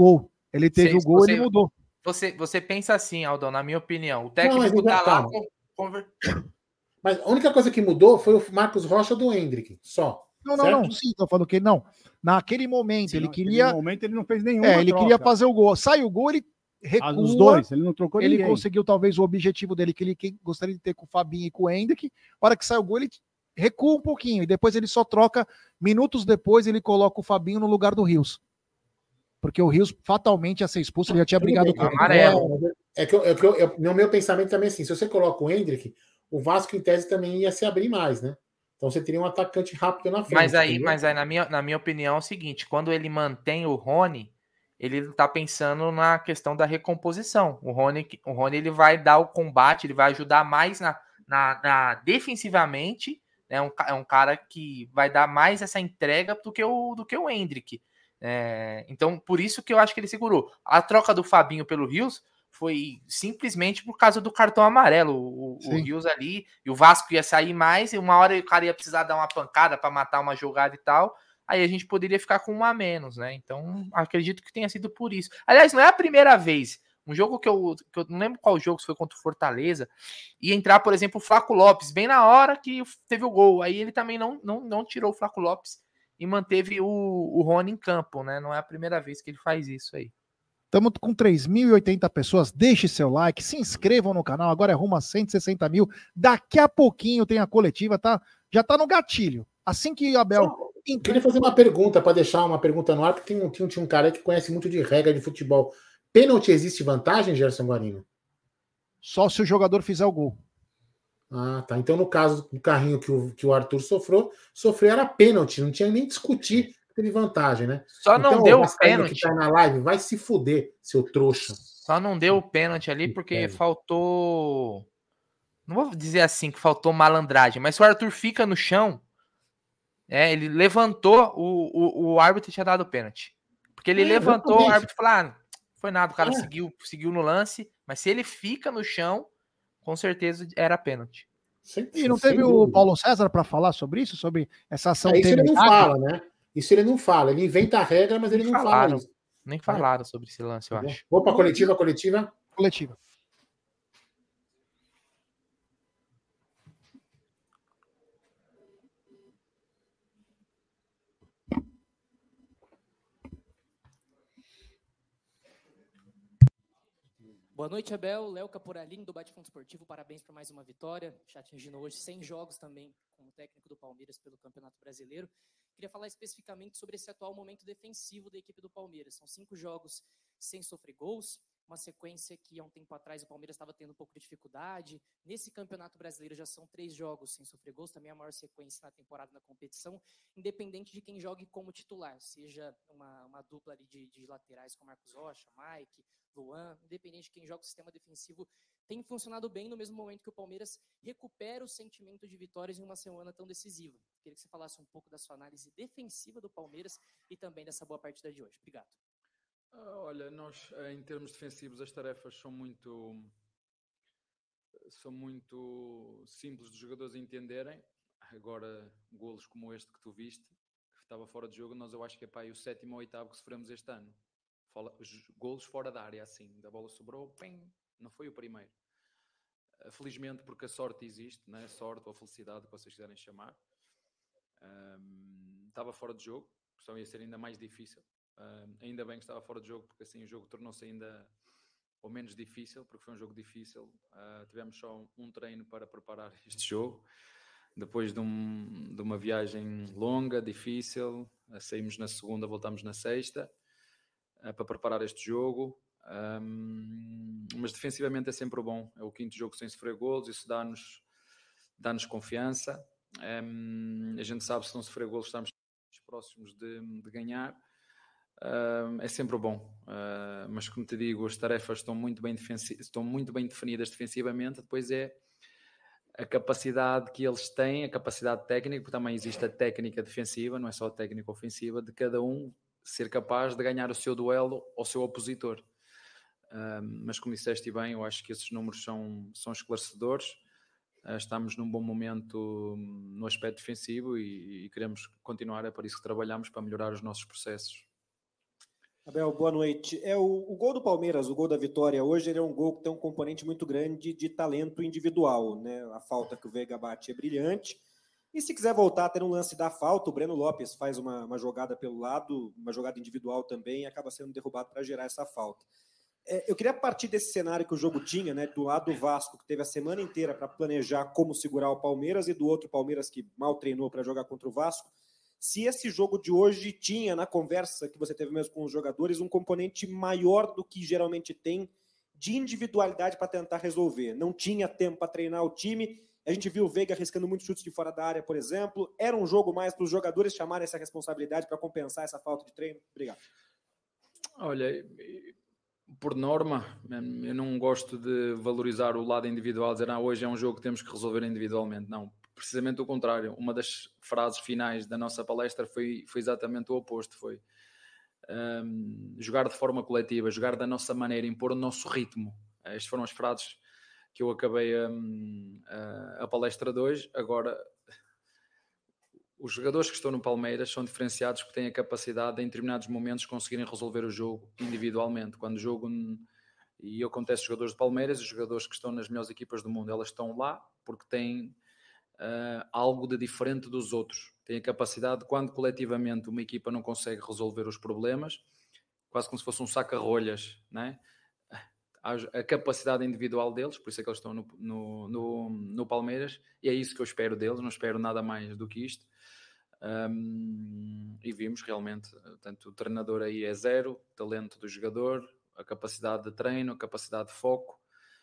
Ele teve Cê- o gol, você- ele mudou. Você, você pensa assim, Aldão, na minha opinião. O Não, técnico mas tá lá. calma. com- conver- Mas a única coisa que mudou foi o Marcos Rocha do Hendrick, só. Não, não, certo? não. Sim, tô falando que não. Naquele momento, Sim, ele naquele queria. momento ele não fez nenhuma É, ele troca. queria fazer o gol. Sai o gol, ele recua. Ah, os dois, ele não trocou Ele ninguém. conseguiu talvez o objetivo dele, que ele que gostaria de ter com o Fabinho e com o Hendrick. Na hora que sai o gol, ele recua um pouquinho. E depois ele só troca. Minutos depois, ele coloca o Fabinho no lugar do Rios. Porque o Rios fatalmente ia ser expulso, ele já tinha Tudo brigado bem, com o amarelo. É, é que, eu, é que eu, eu- no meu pensamento também é assim, se você coloca o Hendrick, o Vasco em tese também ia se abrir mais, né? Então você teria um atacante rápido na frente. Mas aí, entendeu? mas aí na, minha, na minha opinião, é o seguinte: quando ele mantém o Rony, ele tá pensando na questão da recomposição. O Rony, o Rony ele vai dar o combate, ele vai ajudar mais na, na, na defensivamente. É um, ca- é um cara que vai dar mais essa entrega do que o, do que o Hendrick. É, então, por isso que eu acho que ele segurou. A troca do Fabinho pelo Rios foi simplesmente por causa do cartão amarelo. O, o Sim. Rios ali, e o Vasco ia sair mais, e uma hora o cara ia precisar dar uma pancada para matar uma jogada e tal. Aí a gente poderia ficar com um a menos, né? Então, acredito que tenha sido por isso. Aliás, não é a primeira vez. Um jogo que eu, que eu não lembro qual jogo, se foi contra o Fortaleza, ia entrar, por exemplo, o Flaco Lopes, bem na hora que teve o gol. Aí ele também não, não, não tirou o Flaco Lopes e manteve o, o Rony em campo, né? Não é a primeira vez que ele faz isso aí. Estamos com três mil e oitenta pessoas. Deixe seu like, se inscrevam no canal. Agora é rumo a cento e sessenta mil. Daqui a pouquinho tem a coletiva, tá? Já tá no gatilho. Assim que o Abel. Só- Eu queria fazer uma pergunta, para deixar uma pergunta no ar, porque tem um, tinha, um- tinha um cara aí que conhece muito de regra de futebol. Pênalti existe vantagem, Gerson Guarino? Só se o jogador fizer o gol. Ah, tá. Então, no caso do carrinho que o, que o Arthur sofreu, sofreu era pênalti, não tinha nem discutir, teve vantagem, né? Só não então, deu o o Vascaíno pênalti. que tá na live, vai se fuder, seu trouxa. Só não deu o pênalti ali porque É. faltou. Não vou dizer assim que faltou malandragem, mas se o Arthur fica no chão, é, ele levantou, o, o, o árbitro tinha dado o pênalti. Porque ele É, levantou, exatamente. o árbitro falou: ah, foi nada, o cara É. seguiu, seguiu no lance, mas se ele fica no chão, com certeza era pênalti. Sem- E não sem teve o dúvida. Paulo César para falar sobre isso? Sobre essa ação É, isso ele não temerária? fala, né? Isso ele não fala. Ele inventa a regra, mas ele Nem não fala falaram, isso. nem falaram sobre esse lance, eu acho. Vou para coletiva, coletiva. Coletiva. Boa noite, Abel. Léo Caporalini, do Bate Fundo Esportivo. Parabéns por mais uma vitória. Já atingindo hoje cem jogos também como técnico do Palmeiras pelo Campeonato Brasileiro. Queria falar especificamente sobre esse atual momento defensivo da equipe do Palmeiras. São cinco jogos sem sofrer gols, uma sequência que há um tempo atrás o Palmeiras estava tendo um pouco de dificuldade. Nesse Campeonato Brasileiro já são três jogos sem sofrer gols, também a maior sequência na temporada na competição, independente de quem jogue como titular, seja uma, uma dupla ali de, de laterais com Marcos Rocha, Mike, Luan, independente de quem joga, o sistema defensivo tem funcionado bem no mesmo momento que o Palmeiras recupera o sentimento de vitórias em uma semana tão decisiva. Queria que você falasse um pouco da sua análise defensiva do Palmeiras e também dessa boa partida de hoje. Obrigado. Olha, nós em termos defensivos as tarefas são muito são muito simples dos jogadores entenderem. Agora, golos como este que tu viste, que estava fora de jogo, nós eu acho que é para aí o sétimo ou oitavo que sofremos este ano. Fala, golos fora da área, assim, da bola sobrou, pim, não foi o primeiro. Felizmente, porque a sorte existe, né? Sorte ou felicidade, que vocês quiserem chamar. Um, estava fora de jogo, então ia ser ainda mais difícil. Uh, ainda bem que estava fora de jogo, porque assim o jogo tornou-se ainda ou menos difícil, porque foi um jogo difícil. Uh, tivemos só um, um treino para preparar este jogo, depois de, um, de uma viagem longa, difícil. Uh, saímos na segunda, voltamos na sexta, uh, para preparar este jogo. Um, mas defensivamente é sempre bom, é o quinto jogo sem sofrer golos, isso dá-nos, dá-nos confiança. Um, a gente sabe, se não sofrer golos estamos próximos de, de ganhar. Uh, é sempre bom, uh, mas como te digo, as tarefas estão muito bem, defensi- estão muito bem definidas defensivamente. Depois é a capacidade que eles têm, a capacidade técnica, porque também existe a técnica defensiva, não é só a técnica ofensiva, de cada um ser capaz de ganhar o seu duelo ao seu opositor. Uh, mas como disseste bem, eu acho que esses números são, são esclarecedores. Uh, estamos num bom momento no aspecto defensivo e, e queremos continuar, é por isso que trabalhamos, para melhorar os nossos processos. Abel, boa noite. É, o, o gol do Palmeiras, o gol da vitória hoje, ele é um gol que tem um componente muito grande de talento individual, né? A falta que o Veiga bate é brilhante. E se quiser voltar até no lance da falta, o Breno Lopes faz uma, uma jogada pelo lado, uma jogada individual também, e acaba sendo derrubado para gerar essa falta. É, eu queria partir desse cenário que o jogo tinha, né? Do lado do Vasco, que teve a semana inteira para planejar como segurar o Palmeiras, e do outro Palmeiras que mal treinou para jogar contra o Vasco. Se esse jogo de hoje tinha, na conversa que você teve mesmo com os jogadores, um componente maior do que geralmente tem de individualidade para tentar resolver. Não tinha tempo para treinar o time. A gente viu o Veiga arriscando muitos chutes de fora da área, por exemplo. Era um jogo mais para os jogadores chamarem essa responsabilidade para compensar essa falta de treino? Obrigado. Olha, por norma, eu não gosto de valorizar o lado individual, dizer, ah, hoje é um jogo que temos que resolver individualmente. Não, precisamente o contrário. Uma das frases finais da nossa palestra foi, foi exatamente o oposto, foi um, jogar de forma coletiva, jogar da nossa maneira, impor o nosso ritmo. Estas foram as frases que eu acabei um, a, a palestra de hoje. Agora, os jogadores que estão no Palmeiras são diferenciados porque têm a capacidade de, em determinados momentos, conseguirem resolver o jogo individualmente. Quando o jogo, e eu contesto os jogadores do Palmeiras, os jogadores que estão nas melhores equipas do mundo, elas estão lá porque têm Uh, algo de diferente dos outros. Tem a capacidade de, quando coletivamente uma equipa não consegue resolver os problemas, quase como se fosse um saca-rolhas, né? a, a capacidade individual deles, por isso é que eles estão no, no, no, no Palmeiras, e é isso que eu espero deles, não espero nada mais do que isto. Um, e vimos realmente, tanto o treinador aí é zero, o talento do jogador, a capacidade de treino, a capacidade de foco.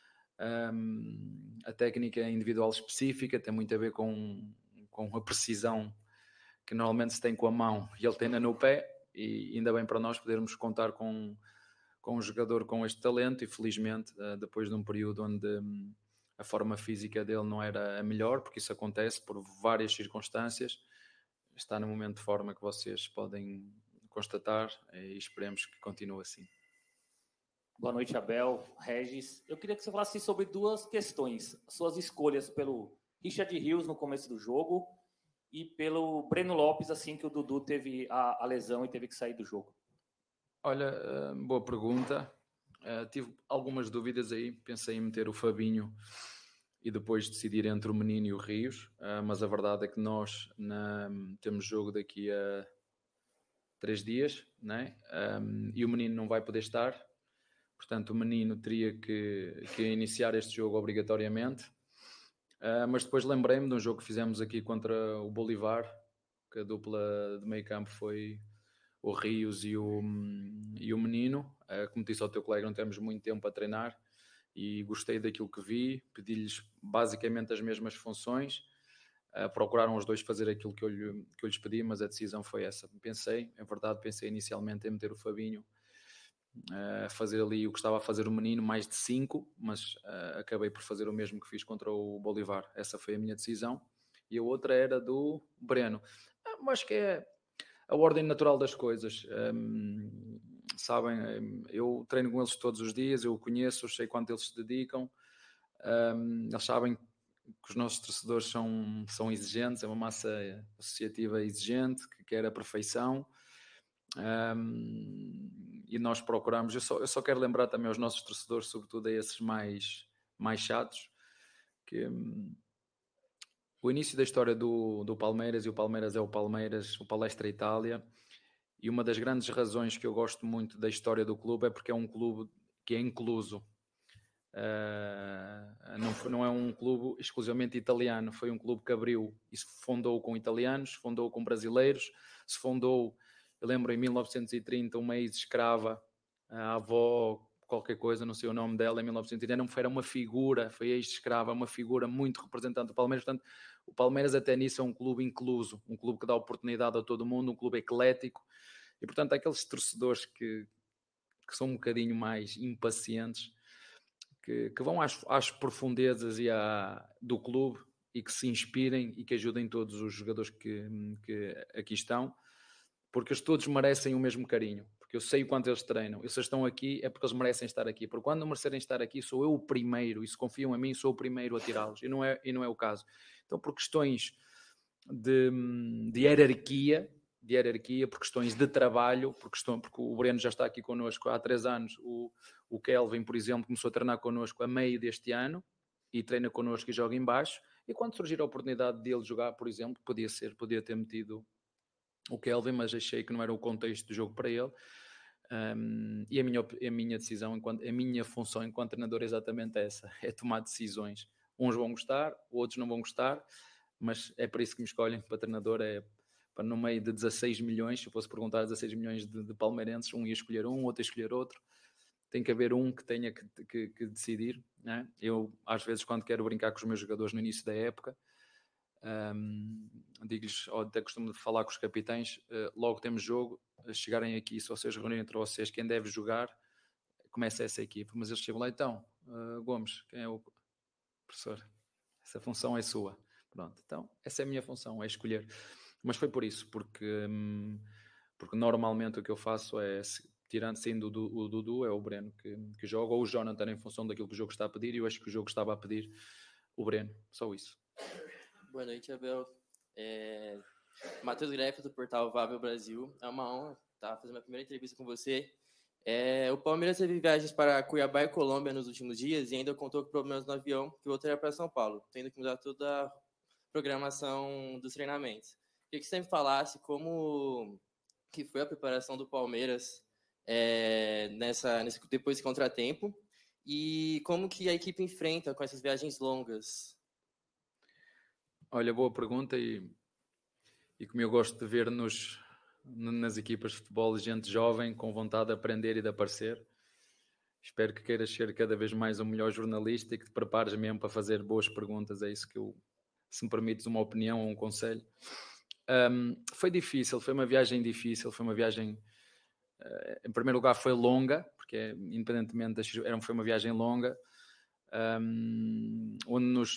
Um, a técnica individual específica tem muito a ver com, com a precisão que normalmente se tem com a mão e ele tem no pé, e ainda bem para nós podermos contar com, com um jogador com este talento, e felizmente depois de um período onde a forma física dele não era a melhor, porque isso acontece por várias circunstâncias, está no momento de forma que vocês podem constatar, e esperemos que continue assim. Boa noite, Abel, Regis. Eu queria que você falasse sobre duas questões. Suas escolhas pelo Richard Rios no começo do jogo e pelo Breno Lopes, assim que o Dudu teve a, a lesão e teve que sair do jogo. Olha, boa pergunta. Uh, tive algumas dúvidas aí. Pensei em meter o Fabinho e depois decidir entre o Menino e o Rios. Uh, mas a verdade é que nós na, temos jogo daqui a três dias, né? Um, e o Menino não vai poder estar. Portanto, o Menino teria que, que iniciar este jogo obrigatoriamente. Uh, mas depois lembrei-me de um jogo que fizemos aqui contra o Bolívar, que a dupla de meio campo foi o Rios e o, e o Menino. Uh, como disse ao teu colega, não temos muito tempo a treinar e gostei daquilo que vi. Pedi-lhes basicamente as mesmas funções. Uh, procuraram os dois fazer aquilo que eu, lhe, que eu lhes pedi, mas a decisão foi essa. Pensei, é verdade, pensei inicialmente em meter o Fabinho, Uh, fazer ali o que estava a fazer o Menino, mais de cinco, mas uh, acabei por fazer o mesmo que fiz contra o Bolívar. Essa foi a minha decisão. E a outra era do Breno. Uh, mas que é a ordem natural das coisas. Um, sabem, eu treino com eles todos os dias, eu o conheço, eu sei quanto eles se dedicam. Um, eles sabem que os nossos torcedores são, são exigentes, é uma massa associativa exigente, que quer a perfeição. Um, e nós procuramos, eu só, eu só quero lembrar também aos nossos torcedores, sobretudo a esses mais, mais chatos, que um, o início da história do, do Palmeiras, e o Palmeiras é o Palmeiras, o Palestra Itália, e uma das grandes razões que eu gosto muito da história do clube é porque é um clube que é incluso. Uh, não, foi, não é um clube exclusivamente italiano, foi um clube que abriu e se fundou com italianos, fundou com brasileiros, se fundou. Eu lembro em mil novecentos e trinta, uma ex-escrava, a avó, qualquer coisa, não sei o nome dela, em mil novecentos e trinta, era uma figura, foi ex-escrava, uma figura muito representante do Palmeiras. Portanto, o Palmeiras até nisso é um clube incluso, um clube que dá oportunidade a todo mundo, um clube eclético. E, portanto, aqueles torcedores que, que são um bocadinho mais impacientes, que, que vão às, às profundezas e à, do clube e que se inspirem e que ajudem todos os jogadores que, que aqui estão, porque eles todos merecem o mesmo carinho, porque eu sei o quanto eles treinam. E se eles estão aqui é porque eles merecem estar aqui, porque quando não merecerem estar aqui sou eu o primeiro, e se confiam em mim sou o primeiro a tirá-los, e não é, e não é o caso. Então, por questões de, de hierarquia, de hierarquia, por questões de trabalho, por questão, porque o Breno já está aqui connosco há três anos, o, o Kelvin, por exemplo, começou a treinar connosco a meio deste ano e treina connosco e joga em baixo, e quando surgir a oportunidade dele jogar, por exemplo, podia ser, podia ter metido o Kelvin, mas achei que não era o contexto do jogo para ele. Um, e a minha, a minha decisão, enquanto, a minha função enquanto treinador é exatamente essa, é tomar decisões. Uns vão gostar, outros não vão gostar, mas é para isso que me escolhem para treinador, é para no meio de dezasseis milhões, se eu fosse perguntar dezasseis milhões de, de palmeirenses, um ia escolher um, outro ia escolher outro, tem que haver um que tenha que, que, que decidir, né? Eu às vezes quando quero brincar com os meus jogadores no início da época, um, digo-lhes, ou até costumo falar com os capitães, uh, logo temos jogo, chegarem aqui, se vocês reunirem entre vocês, quem deve jogar, começa essa equipa, mas eles chegam lá, então, uh, Gomes, quem é o professor? Essa função é sua. Pronto, então, essa é a minha função, é escolher. Mas foi por isso, porque, hum, porque normalmente o que eu faço é, tirando saindo o Dudu, é o Breno que, que joga, ou o Jonathan em função daquilo que o jogo está a pedir, e eu acho que o jogo estava a pedir o Breno, só isso. Boa noite, Abel. É... Matheus Greff, do portal Vável Brasil. É uma honra estar fazendo a primeira entrevista com você. É... O Palmeiras teve viagens para Cuiabá e Colômbia nos últimos dias e ainda contou com problemas no avião que voltaria para São Paulo, tendo que mudar toda a programação dos treinamentos. Queria que você me falasse como que foi a preparação do Palmeiras é... nessa, nesse, depois desse contratempo e como que a equipe enfrenta com essas viagens longas. Olha, boa pergunta e, e como eu gosto de ver nos, nas equipas de futebol gente jovem com vontade de aprender e de aparecer, espero que queiras ser cada vez mais um melhor jornalista e que te prepares mesmo para fazer boas perguntas, é isso que eu, se me permites uma opinião ou um conselho. Um, foi difícil, foi uma viagem difícil, foi uma viagem, uh, em primeiro lugar foi longa, porque independentemente, das, era, foi uma viagem longa, um, onde nos...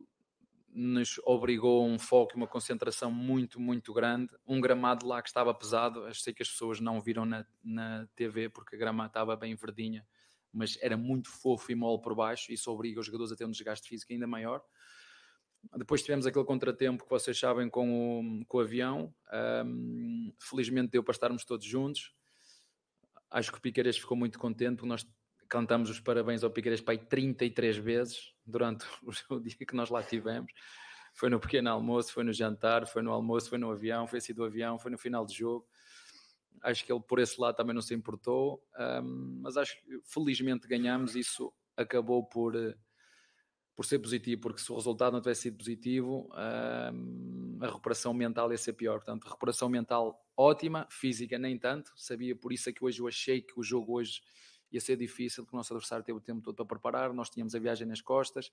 nos obrigou a um foco e uma concentração muito, muito grande. Um gramado lá que estava pesado, eu sei que as pessoas não viram na, na T V porque a grama estava bem verdinha, mas era muito fofo e mole por baixo, e isso obriga os jogadores a ter um desgaste físico ainda maior. Depois tivemos aquele contratempo que vocês sabem com o, com o avião, um, felizmente deu para estarmos todos juntos. Acho que o Piqueires ficou muito contente porque nós cantamos os parabéns ao Piqueires para aí trinta e três vezes durante o dia que nós lá tivemos. Foi no pequeno almoço, foi no jantar, foi no almoço, foi no avião, foi assim do avião, foi no final de jogo. Acho que ele por esse lado também não se importou, um, mas acho que felizmente ganhamos. Isso acabou por, por ser positivo, porque se o resultado não tivesse sido positivo, um, a recuperação mental ia ser pior. Portanto, recuperação mental ótima, física nem tanto, sabia, por isso é que hoje eu achei que o jogo hoje ia ser difícil, porque o nosso adversário teve o tempo todo para preparar, nós tínhamos a viagem nas costas,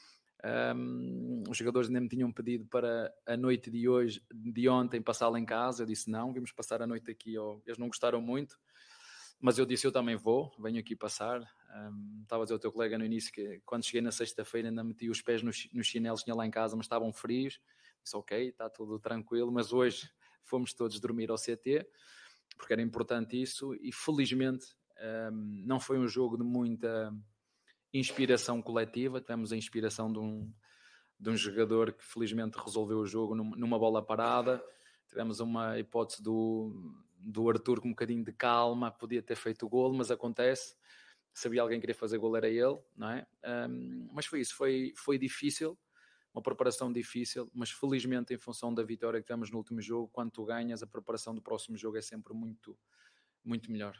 um, os jogadores ainda me tinham pedido para a noite de hoje, de ontem, passá-la em casa. Eu disse não, vimos passar a noite aqui, ou eles não gostaram muito, mas eu disse eu também vou, venho aqui passar. Um, estava a dizer ao teu colega no início que quando cheguei na sexta-feira ainda meti os pés nos, nos chinelos, tinha lá em casa, mas estavam frios, disse ok, está tudo tranquilo, mas hoje fomos todos dormir ao C T, porque era importante isso, e felizmente um, não foi um jogo de muita inspiração coletiva. Tivemos a inspiração de um, de um jogador que felizmente resolveu o jogo numa bola parada. Tivemos uma hipótese do, do Arthur com um bocadinho de calma, podia ter feito o golo, mas acontece, sabia alguém que queria fazer golo, era ele, não é? Um, mas foi isso, foi, foi difícil, uma preparação difícil, mas felizmente em função da vitória que tivemos no último jogo, quando tu ganhas, a preparação do próximo jogo é sempre muito, muito melhor.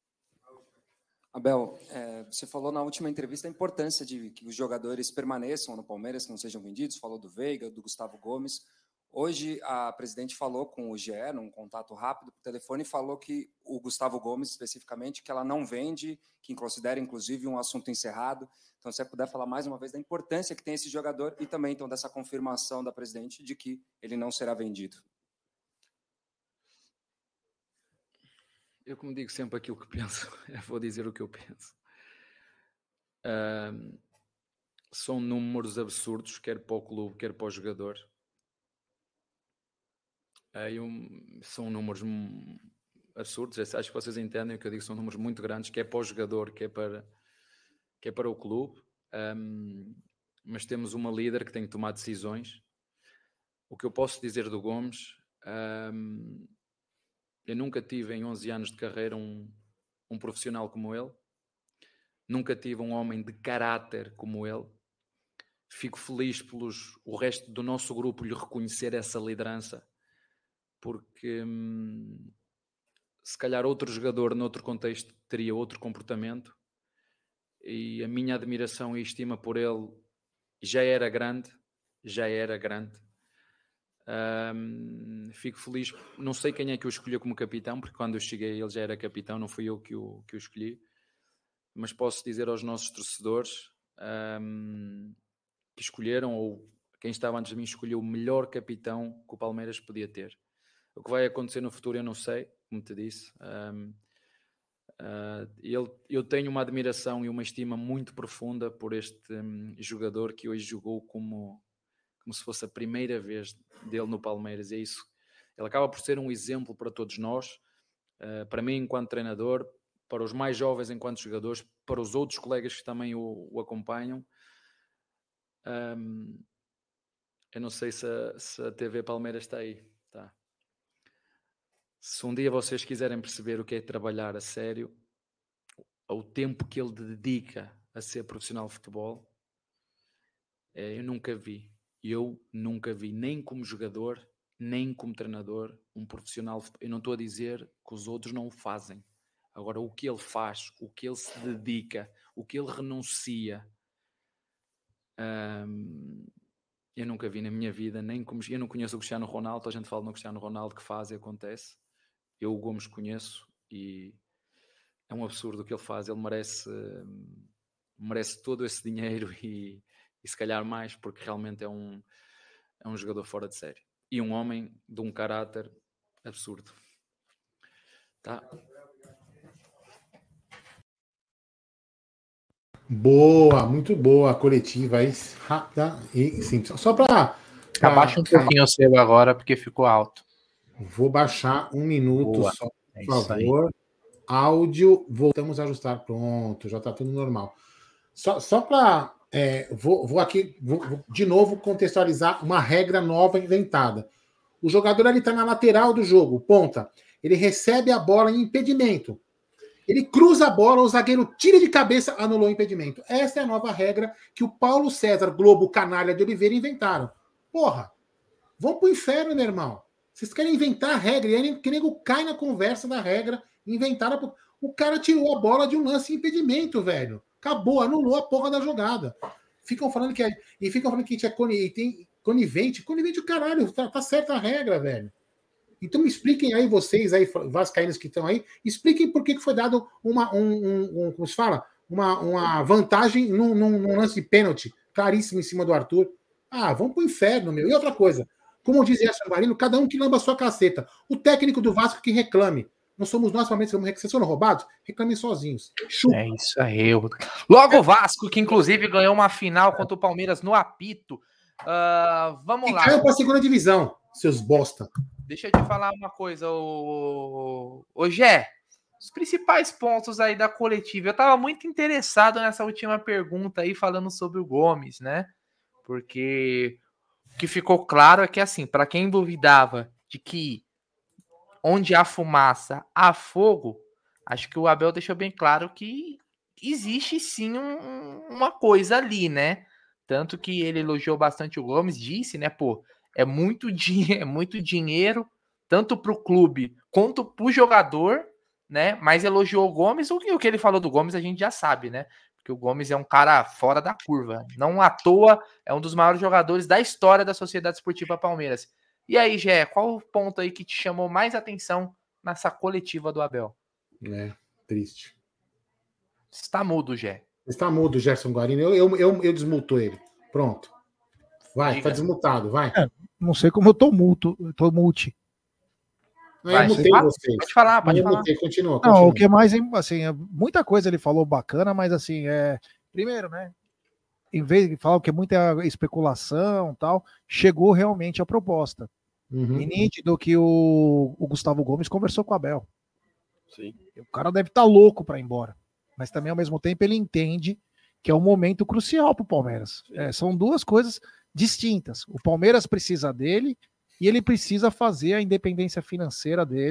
Abel, é, você falou na última entrevista a importância de que os jogadores permaneçam no Palmeiras, que não sejam vendidos, falou do Veiga, do Gustavo Gomes. Hoje a presidente falou com o G E, num contato rápido por telefone, e falou que o Gustavo Gomes, especificamente, que ela não vende, que considera inclusive um assunto encerrado. Então, se você puder falar mais uma vez da importância que tem esse jogador e também então dessa confirmação da presidente de que ele não será vendido. Eu, como digo sempre aquilo que penso, eu vou dizer o que eu penso. Um, são números absurdos, quer para o clube, quer para o jogador. Aí um, são números absurdos, acho que vocês entendem o que eu digo, são números muito grandes, quer para o jogador, quer para, quer para o clube. Um, mas temos uma líder que tem que tomar decisões. O que eu posso dizer do Gomes... Um, eu nunca tive em onze anos de carreira um, um profissional como ele. Nunca tive um homem de caráter como ele. Fico feliz pelos o resto do nosso grupo lhe reconhecer essa liderança, porque hum, se calhar outro jogador noutro contexto teria outro comportamento, e a minha admiração e estima por ele já era grande, já era grande. Hum, fico feliz, não sei quem é que o escolheu como capitão, porque quando eu cheguei ele já era capitão, não fui eu que o, que o escolhi, mas posso dizer aos nossos torcedores hum, que escolheram, ou quem estava antes de mim escolheu o melhor capitão que o Palmeiras podia ter. O que vai acontecer no futuro eu não sei, como te disse. Um, uh, ele, eu tenho uma admiração e uma estima muito profunda por este um, jogador que hoje jogou como, como se fosse a primeira vez dele no Palmeiras. É isso. Ele acaba por ser um exemplo para todos nós, uh, para mim enquanto treinador, para os mais jovens enquanto jogadores, para os outros colegas que também o, o acompanham. Um, eu não sei se a, se a T V Palmeiras está aí. Tá. Se um dia vocês quiserem perceber o que é trabalhar a sério, o tempo que ele dedica a ser profissional de futebol, é, eu nunca vi. Eu nunca vi, nem como jogador, nem como treinador, um profissional de futebol. Eu não estou a dizer que os outros não o fazem. Agora, o que ele faz, o que ele se dedica, o que ele renuncia, hum, eu nunca vi na minha vida, nem como... Eu não conheço o Cristiano Ronaldo, a gente fala no Cristiano Ronaldo que faz e acontece. Eu o Gomes conheço e é um absurdo o que ele faz. Ele merece, merece todo esse dinheiro e, e se calhar mais, porque realmente é um, é um jogador fora de série. E um homem de um caráter absurdo. Tá? Boa, muito boa a coletiva aí, rápida e simples. Só para... Abaixa um pouquinho o seu agora, porque ficou alto. Vou baixar um minuto Boa. só, por É isso favor. aí. Áudio, voltamos a ajustar. Pronto, já está tudo normal. Só, só para... É, vou, vou aqui, vou, vou de novo contextualizar uma regra nova inventada. O jogador está na lateral do jogo, ponta. Ele recebe a bola em impedimento. Ele cruza a bola, o zagueiro tira de cabeça, anulou o impedimento. Essa é a nova regra que o Paulo César Globo Canalha de Oliveira inventaram. Porra, vão pro inferno, meu irmão. Vocês querem inventar a regra, e aí que nego cai na conversa da regra, inventaram. O cara tirou a bola de um lance em impedimento, velho. Acabou, anulou a porra da jogada. Ficam falando que é, e ficam falando que a gente é coni, tem conivente. Conivente o caralho, tá, tá certa a regra, velho. Então me expliquem aí, vocês aí, vascaínos que estão aí, expliquem por que foi dado uma, um, um, um como se fala? Uma, uma vantagem num, num, num lance de pênalti claríssimo em cima do Arthur. Ah, vamos pro inferno, meu. E outra coisa, como dizia Edson Guarino, cada um que lamba a sua caceta. O técnico do Vasco que reclame. Não somos nós, realmente, vocês foram roubados? Reclamem sozinhos. Chupa. É isso aí. Logo o Vasco, que inclusive ganhou uma final contra o Palmeiras no apito. Uh, vamos e lá. caiu para a segunda divisão, seus bosta. Deixa eu te falar uma coisa, ô, ô Gé. Os principais pontos aí da coletiva. Eu estava muito interessado nessa última pergunta aí, falando sobre o Gomes, né? Porque o que ficou claro é que, assim, para quem duvidava de que onde há fumaça, há fogo, acho que o Abel deixou bem claro que existe sim um, uma coisa ali, né? Tanto que ele elogiou bastante o Gomes, disse, né, pô, é muito, di- é muito dinheiro, tanto para o clube quanto para o jogador, né? Mas elogiou o Gomes, o que, o que ele falou do Gomes a gente já sabe, né? Porque o Gomes é um cara fora da curva. Não à toa, é um dos maiores jogadores da história da Sociedade Esportiva Palmeiras. E aí, Gé, qual o ponto aí que te chamou mais atenção nessa coletiva do Abel? É, triste. Está mudo, Gé. Está mudo, Gerson Guarino. Eu, eu, eu, eu desmuto ele. Pronto. Vai, Diga. tá desmutado, vai. É, não sei como eu tô multo, eu tô multi. Não, Vai, eu mutei fala, vocês. pode falar, pode eu falar. Mutei, continua, Não, continua. o que mais, assim, é, muita coisa ele falou bacana, mas assim, é, primeiro, né, em vez de falar que é muita especulação e tal, chegou realmente a proposta. Uhum. E nítido que o, o Gustavo Gomes conversou com o Abel. Sim. O cara deve estar louco para ir embora. Mas também, ao mesmo tempo, ele entende que é um momento crucial para o Palmeiras. É, são duas coisas distintas. O Palmeiras precisa dele e ele precisa fazer a independência financeira dele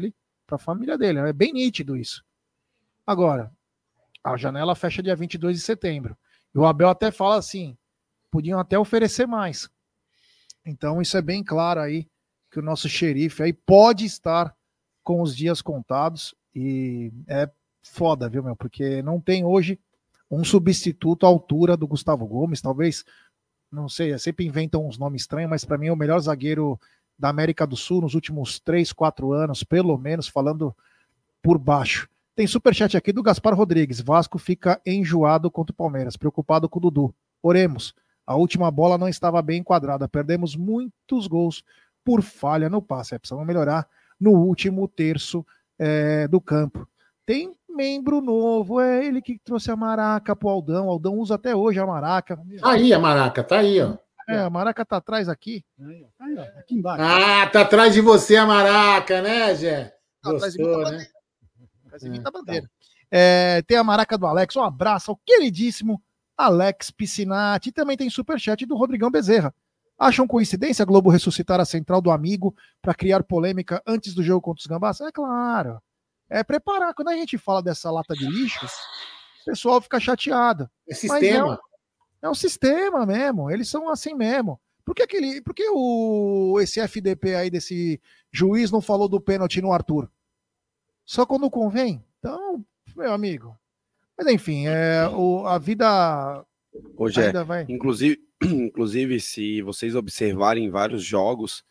para a família dele. É bem nítido isso. Agora, a janela fecha dia vinte e dois de setembro. E o Abel até fala assim, podiam até oferecer mais. Então isso é bem claro aí, que o nosso xerife aí pode estar com os dias contados. E é foda, viu, meu? Porque não tem hoje um substituto à altura do Gustavo Gomes. Talvez, não sei, sempre inventam uns nomes estranhos, mas para mim é o melhor zagueiro da América do Sul nos últimos três, quatro anos, pelo menos, falando por baixo. Tem superchat aqui do Gaspar Rodrigues. Vasco fica enjoado contra o Palmeiras, preocupado com o Dudu. Oremos. A última bola não estava bem enquadrada. Perdemos muitos gols por falha no passe. É, precisamos melhorar no último terço é, do campo. Tem membro novo, é ele que trouxe a maraca pro Aldão. O Aldão usa até hoje a maraca. Tá aí a maraca, tá aí, ó. É, a maraca tá atrás aqui. Aí, ó, aqui embaixo. Ah, tá atrás de você a maraca, né, Gé? Tá atrás de mim, tá Gostou, né? bandeira. Atrás de mim tá bandeira. É, tem a maraca do Alex. Um abraço ao queridíssimo Alex Piscinati. E também tem superchat do Rodrigão Bezerra. Acham coincidência a Globo ressuscitar a central do amigo para criar polêmica antes do jogo contra os Gambás? É claro. É preparar. Quando a gente fala dessa lata de lixo, o pessoal fica chateado. É sistema. É um sistema mesmo, eles são assim mesmo. Por que, aquele, por que o, esse F D P aí desse juiz não falou do pênalti no Arthur? Só quando convém? Então, meu amigo. Mas enfim, é, o, a vida Hoje ainda é, vai. inclusive, inclusive, se vocês observarem vários jogos,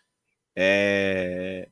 é,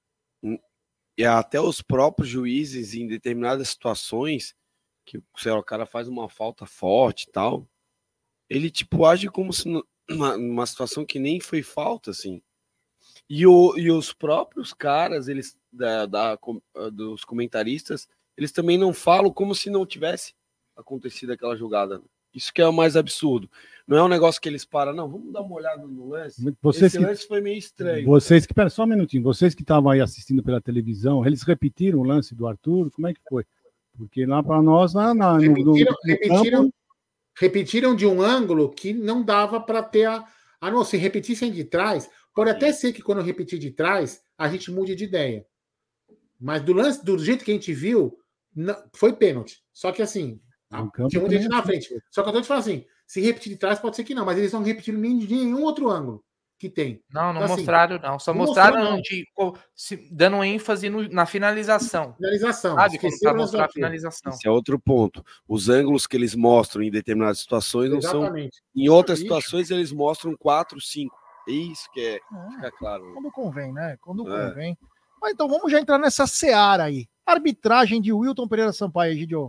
e até os próprios juízes em determinadas situações, que sei lá, o cara faz uma falta forte e tal, ele tipo age como se numa, numa situação que nem foi falta, assim. E, o, e os próprios caras, eles da, da, dos comentaristas, eles também não falam como se não tivesse acontecido aquela jogada. Isso que é o mais absurdo. Não é um negócio que eles param, não, vamos dar uma olhada no lance. Vocês Esse que, lance foi meio estranho. Vocês que, pera só um minutinho, vocês que estavam aí assistindo pela televisão, eles repetiram o lance do Arthur? Como é que foi? Porque lá para nós, lá na, no, repetiram, no, no repetiram, campo... repetiram de um ângulo que não dava para ter a. Ah, não, se repetissem de trás, pode até ser que quando repetir de trás, a gente mude de ideia. Mas do lance, do jeito que a gente viu, não, foi pênalti. Só que assim, a, tinha muita gente na frente. Só que eu tô te falando assim, se repetir de trás, pode ser que não, mas eles não repetiram nem de nenhum outro ângulo que tem. Não, não então, mostraram, assim, não. Só não mostraram mostrou, não. de, se, dando ênfase no, na finalização. Finalização. Sabe? Quando Esqueceram pra mostrar a essa- finalização. Esse é outro ponto. Os ângulos que eles mostram em determinadas situações não Exatamente. são. Em outras Isso. situações, eles mostram quatro, cinco. É isso que é, É. fica claro. Quando convém, né? Quando É. convém. Mas então vamos já entrar nessa seara aí. Arbitragem de Wilton Pereira Sampaio, Gidio.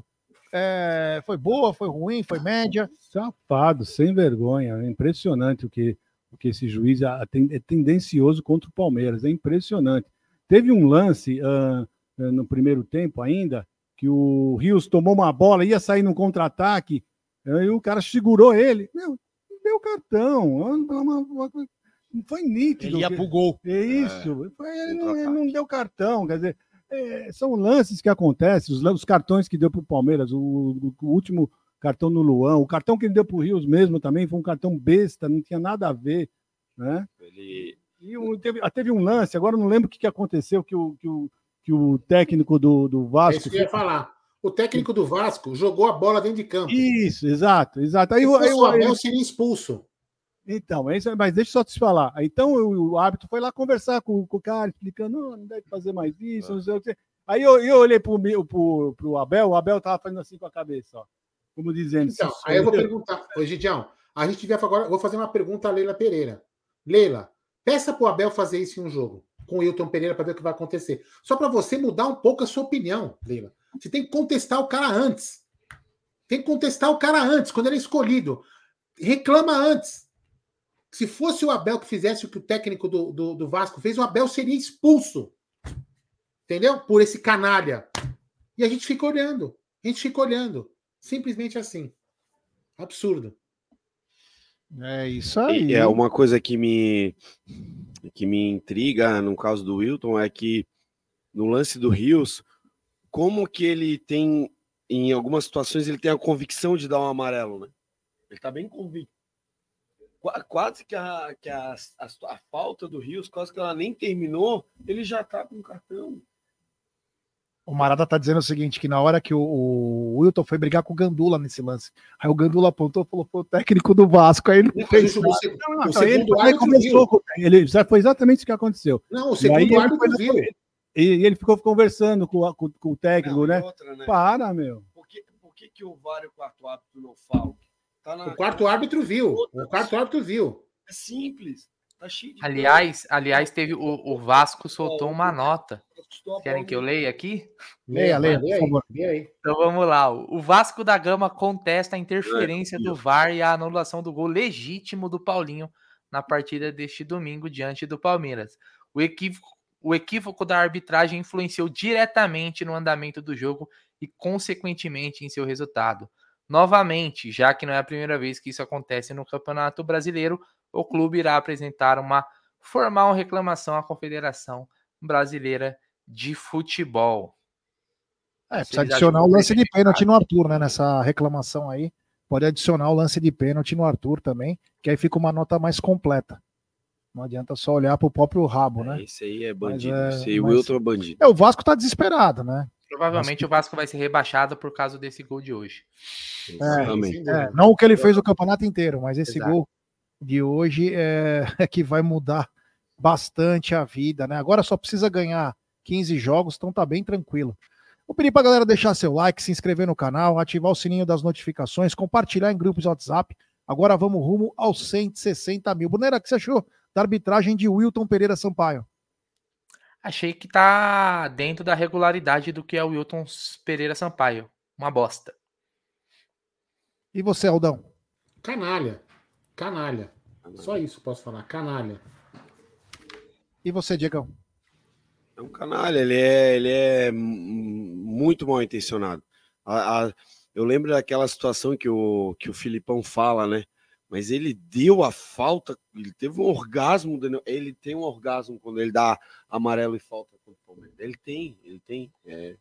É, foi boa, foi ruim, foi média? Safado, sem vergonha. É impressionante o que, o que esse juiz é tendencioso contra o Palmeiras. É impressionante. Teve um lance uh, no primeiro tempo ainda, que o Rios tomou uma bola, ia sair no contra-ataque, e o cara segurou ele. Meu, deu cartão. Não foi nítido. Ele ia pro gol. É isso. Foi, ele, não, ele não deu cartão. Quer dizer, é, são lances que acontecem, os, os cartões que deu para o Palmeiras, o, o, o último cartão no Luan, o cartão que ele deu para o Rios mesmo também foi um cartão besta, não tinha nada a ver, né? Ele... E o, teve, teve um lance, agora eu não lembro o que, que aconteceu, que o, que o, que o técnico do, do É Vasco... isso que eu ia falar. O técnico do Vasco jogou a bola dentro de campo. Isso, exato, exato. Aí, Se aí, fosse o aí, Abel, seria expulso. Então, é isso, mas deixa eu só te falar. Então o, o árbitro foi lá conversar com, com o cara, explicando, não, não deve fazer mais isso, não sei o que. Aí eu, eu olhei pro, pro, pro Abel, o Abel tava fazendo assim com a cabeça, ó. Como dizendo. Então, se- aí eu vou perguntar. Ô, Gidião, a gente tiver agora, vou fazer uma pergunta a Leila Pereira. Leila, peça pro Abel fazer isso em um jogo com o Wilton Pereira para ver o que vai acontecer. Só para você mudar um pouco a sua opinião, Leila. Você tem que contestar o cara antes. Tem que contestar o cara antes, quando ele é escolhido. Reclama antes. Se fosse o Abel que fizesse o que o técnico do, do, do Vasco fez, o Abel seria expulso. Entendeu? Por esse canalha. E a gente fica olhando. A gente fica olhando. Simplesmente assim. Absurdo. É isso aí. E é uma coisa que me que me intriga no caso do Wilton é que no lance do Rios, como que ele tem, em algumas situações, ele tem a convicção de dar um amarelo, né? Ele tá bem convicto. Qua- Quase que a, que a, a, a falta do Rios, quase que ela nem terminou, ele já tá com cartão. O Marada tá dizendo o seguinte, que na hora que o, o Wilton foi brigar com o Gandula nesse lance, aí o Gandula apontou e falou, foi o técnico do Vasco, aí ele não fez nada. O, Não, não, o então, ele segundo também árbitro conversou viu. com Ele, foi exatamente isso que aconteceu. Não, o E segundo aí ele árbitro foi- viu. E ele ficou conversando com, a- com- com o técnico, Não, e né? outra, né? Para, meu. Por que, por que, que o V A R e o quarto árbitro não falam? Tá na- O quarto árbitro viu. O quarto árbitro viu. É simples. Tá cheio de Aliás, aliás, teve o, o Vasco soltou uma nota. Querem que eu leia aqui? Leia, leia, Lê por aí, favor. lê aí. Então vamos lá. O Vasco da Gama contesta a interferência do V A R e a anulação do gol legítimo do Paulinho na partida deste domingo diante do Palmeiras. O equívoco, o equívoco da arbitragem influenciou diretamente no andamento do jogo e, consequentemente, em seu resultado. Novamente, já que não é a primeira vez que isso acontece no Campeonato Brasileiro, o clube irá apresentar uma formal reclamação à Confederação Brasileira de Futebol. É, Vocês precisa acham adicionar o que lance de prejudicado? pênalti no Arthur, né? Nessa reclamação aí. Pode adicionar o lance de pênalti no Arthur também, que aí fica uma nota mais completa. Não adianta só olhar pro próprio rabo, né? Esse aí é bandido. é- Esse aí, o mas- Wilton é bandido. É, o Vasco tá desesperado, né? Provavelmente o Vasco vai ser rebaixado por causa desse gol de hoje. Exatamente. É, não o que ele fez o campeonato inteiro, mas esse Exato. gol de hoje é, é que vai mudar bastante a vida, né? Agora só precisa ganhar quinze jogos, então tá bem tranquilo. Vou pedir pra galera deixar seu like, se inscrever no canal, ativar o sininho das notificações, compartilhar em grupos de WhatsApp. Agora vamos rumo aos cento e sessenta mil. Boneira, o que você achou da arbitragem de Wilton Pereira Sampaio? Achei que tá dentro da regularidade do que é o Wilton Pereira Sampaio. Uma bosta. E você, Aldão? Canalha. Canalha. Só isso posso falar. Canalha. E você, Diegão? É um canalha, ele é, ele é m- muito mal intencionado. A- a- eu lembro daquela situação que o, que o Filipão fala, né? Mas ele deu a falta, ele teve um orgasmo, Daniel, ele tem um orgasmo quando ele dá amarelo e falta contra o Palmeiras. Ele tem, ele tem. É.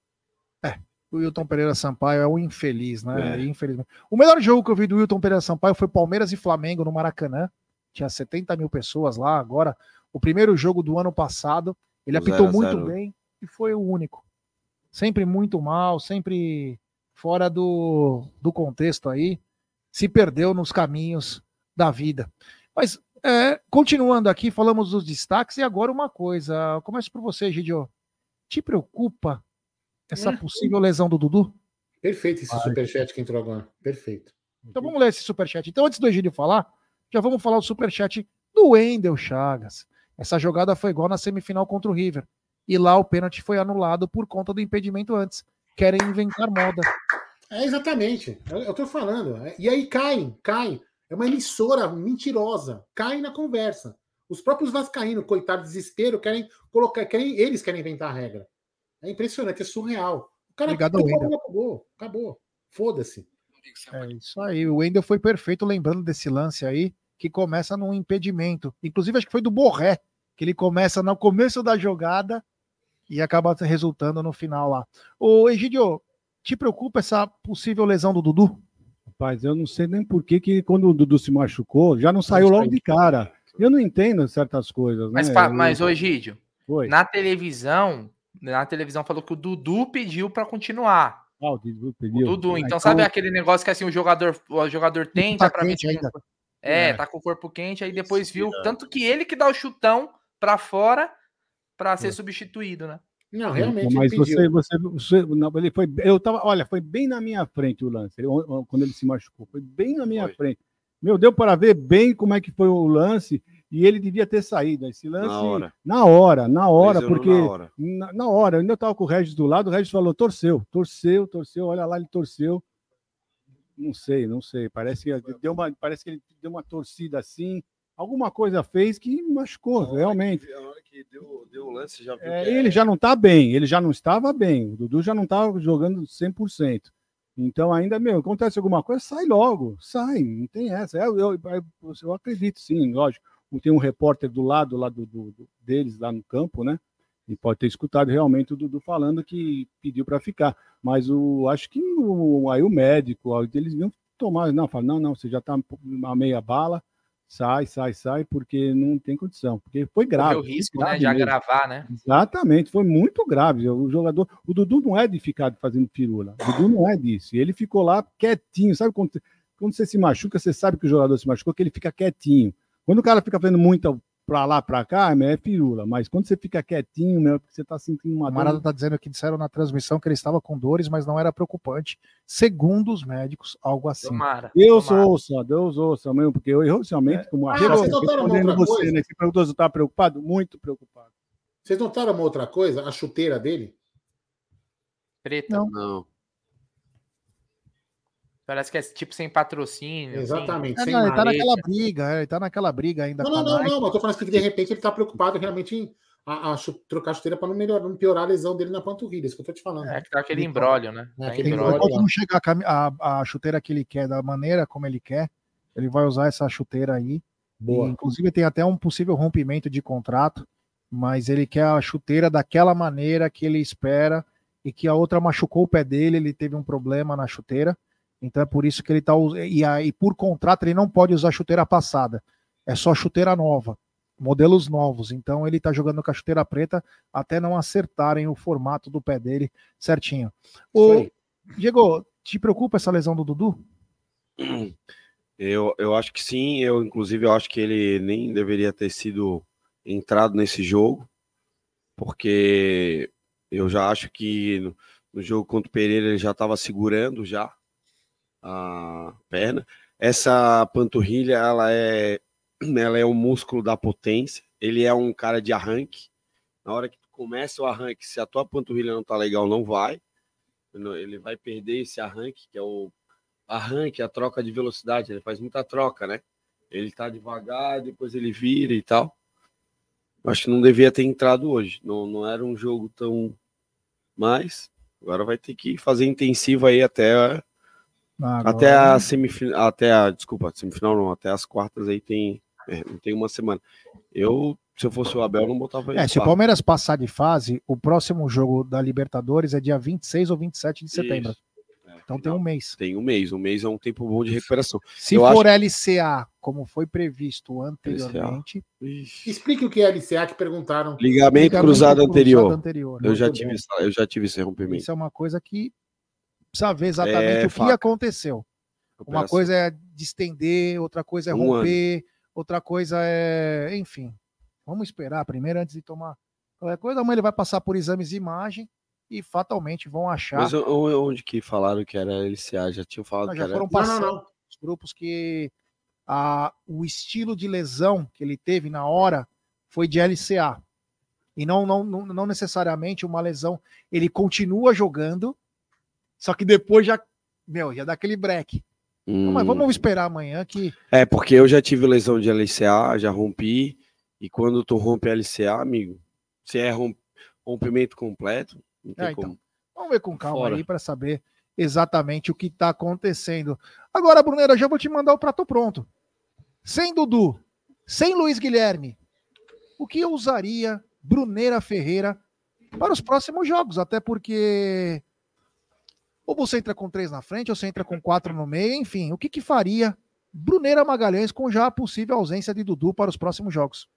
O Wilton Pereira Sampaio é um infeliz, né? É. Infelizmente. O melhor jogo que eu vi do Wilton Pereira Sampaio foi Palmeiras e Flamengo no Maracanã. Tinha setenta mil pessoas lá. Agora, o primeiro jogo do ano passado, ele O apitou zero a muito zero. bem e foi o único. Sempre muito mal, sempre fora do, do contexto aí. Se perdeu nos caminhos da vida. Mas, é, continuando aqui, falamos dos destaques e agora uma coisa. Eu começo por você, Gidio. Te preocupa essa É. possível lesão do Dudu? Perfeito esse superchat que entrou agora. Perfeito. Então vamos ler esse superchat. Então, antes do Egídio falar, já vamos falar o superchat do Wendel Chagas. Essa jogada foi igual na semifinal contra o River. E lá o pênalti foi anulado por conta do impedimento antes. Querem inventar moda. É exatamente. Eu, eu tô falando. E aí caem, caem. É uma emissora mentirosa. Caem na conversa. Os próprios vascaínos, coitado, desespero, querem colocar, querem, eles querem inventar a regra. É impressionante, é surreal. O cara Obrigado, tocou a Wendel. bola pro gol. Acabou. Foda-se. É isso aí. O Wendel foi perfeito lembrando desse lance aí, que começa num impedimento. Inclusive, acho que foi do Borré, que ele começa no começo da jogada e acaba resultando no final lá. Ô, Egidio, te preocupa essa possível lesão do Dudu? Rapaz, eu não sei nem por que, que quando o Dudu se machucou, já não saiu logo de cara. Eu não entendo certas coisas, né? Mas, pa- Eu- mas ô Egídio, Foi. na televisão, na televisão falou que o Dudu pediu pra continuar. Ah, o Dudu O pediu. Dudu, Ah, então sabe aquele negócio que assim o jogador, o jogador tenta tá pra ver quente se ainda. é, É. tá com o corpo quente, aí depois viu tanto que ele que dá o chutão pra fora pra ser substituído, né? Não, realmente Mas ele pediu. você, você, você não, ele foi, eu tava, olha, foi bem na minha frente o lance, ele- quando ele se machucou, foi bem na minha Foi. frente. Meu, deu para ver bem como é que foi o lance e ele devia ter saído. Esse lance Na hora. na hora, na hora, Lesionou porque na hora. na, na hora, eu ainda estava com o Regis do lado, o Regis falou, torceu, torceu, torceu, olha lá, ele torceu. Não sei, não sei, parece que deu uma, parece que ele deu uma torcida assim, alguma coisa fez que machucou, realmente. A hora que deu, deu o lance, já viu É, que ele já não está bem, ele já não estava bem. O Dudu já não estava jogando cem por cento. Então, ainda, meu, acontece alguma coisa, sai logo, sai, não tem essa. Eu, eu, eu, eu acredito, sim, lógico. Tem um repórter do lado lá do, do- do- deles, lá no campo, né? E pode ter escutado realmente o Dudu falando que pediu para ficar. Mas o, acho que o, aí o médico, eles iam tomar, não, fala, não, não, você já está a meia bala, sai, sai, sai, porque não tem condição. Porque foi grave. O risco, grave né, de mesmo. agravar, né? Exatamente, foi muito grave. O jogador, o Dudu não é de ficar fazendo firula. O Dudu não é disso. E ele ficou lá quietinho. Sabe quando, quando você se machuca, você sabe que o jogador se machucou, que ele fica quietinho. Quando o cara fica fazendo muito pra lá, pra cá, é firula. Mas quando você fica quietinho, meu, você tá sentindo uma O dor. Marada tá dizendo que disseram na transmissão que ele estava com dores, mas não era preocupante. Segundo os médicos, algo assim. Tomara. Deus tomara. ouça, Deus ouça mesmo, porque eu realmente, como Ah, achava, vocês notaram uma respondendo outra você, coisa? né? Você perguntou se eu estava preocupado? Muito preocupado. Vocês notaram uma outra coisa? A chuteira dele? Preta. Não. Não. Parece que é tipo sem patrocínio. Exatamente, É, sem não, ele tá maleta. naquela briga, é, ele tá naquela briga ainda Não, com não, a não, Nike. não, mas eu tô falando assim que de repente ele tá preocupado realmente em a, a chu- trocar a chuteira para não, melhorar, não piorar a lesão dele na panturrilha, isso que eu tô te falando. É que tá aquele embrólio, né? É, Tá aquele embrólio. embrólio. Enquanto não chegar a, cami- a, a chuteira que ele quer, da maneira como ele quer, ele vai usar essa chuteira aí. Boa. E, inclusive tem até um possível rompimento de contrato, mas ele quer a chuteira daquela maneira que ele espera e que a outra machucou o pé dele, ele teve um problema na chuteira. Então é por isso que ele tá usando. E aí, por contrato, ele não pode usar chuteira passada. É só chuteira nova, modelos novos. Então ele tá jogando com a chuteira preta até não acertarem o formato do pé dele certinho. Ô, Diego, te preocupa essa lesão do Dudu? Eu, eu acho que sim, eu inclusive eu acho que ele nem deveria ter sido entrado nesse jogo, porque eu já acho que no, no jogo contra o Pereira ele já estava segurando já a perna. Essa panturrilha, ela é, ela é um músculo da potência, ele é um cara de arranque. Na hora que tu começa o arranque, se a tua panturrilha não tá legal, não vai. Ele vai perder esse arranque, que é o arranque, a troca de velocidade, ele faz muita troca, né? Ele tá devagar, depois ele vira e tal. Acho que não devia ter entrado hoje. Não, não era um jogo tão... Mas agora vai ter que fazer intensivo aí até a, Agora... até a semifinal, até a, desculpa, semifinal não, até as quartas aí tem, é, tem uma semana. Eu, se eu fosse o Abel, não botava ele. É, se o Palmeiras passar de fase, o próximo jogo da Libertadores é dia vinte e seis ou vinte e sete de setembro. Isso. É, então tem um mês. Tem um mês, um mês é um tempo bom de recuperação. Se eu for acho... L C A, como foi previsto anteriormente... Explique o que é L C A que perguntaram. Ligamento, Ligamento cruzado, cruzado anterior. anterior. Eu já, Muito tive, bom. essa- eu já tive esse rompimento. Isso é uma coisa que precisa ver exatamente É o que faca. aconteceu. Uma Operação. coisa é distender, outra coisa é Um romper, outra coisa é... Enfim, vamos esperar primeiro antes de tomar qualquer coisa. Amanhã ele vai passar por exames de imagem e fatalmente vão achar... Mas o- onde que falaram que era L C A? Já tinham falado Não, que já era... foram passando os grupos que a, o estilo de lesão que ele teve na hora foi de L C A. E não, não, não, não necessariamente uma lesão. Ele continua jogando, só que depois já, meu, já dá aquele break. Então, mas Hum. vamos esperar amanhã que. É, porque eu já tive lesão de L C A, já rompi, e quando tu rompe L C A, amigo, se é romp- rompimento completo, não tem É, então, como. vamos ver com calma Fora. aí para saber exatamente o que está acontecendo. Agora, Brunera, já vou te mandar o prato pronto. Sem Dudu, sem Luiz Guilherme, o que eu usaria Brunera Ferreira para os próximos jogos? Até porque ou você entra com três na frente, ou você entra com quatro no meio, enfim, o que, que faria Brunera Magalhães com já a possível ausência de Dudu para os próximos jogos?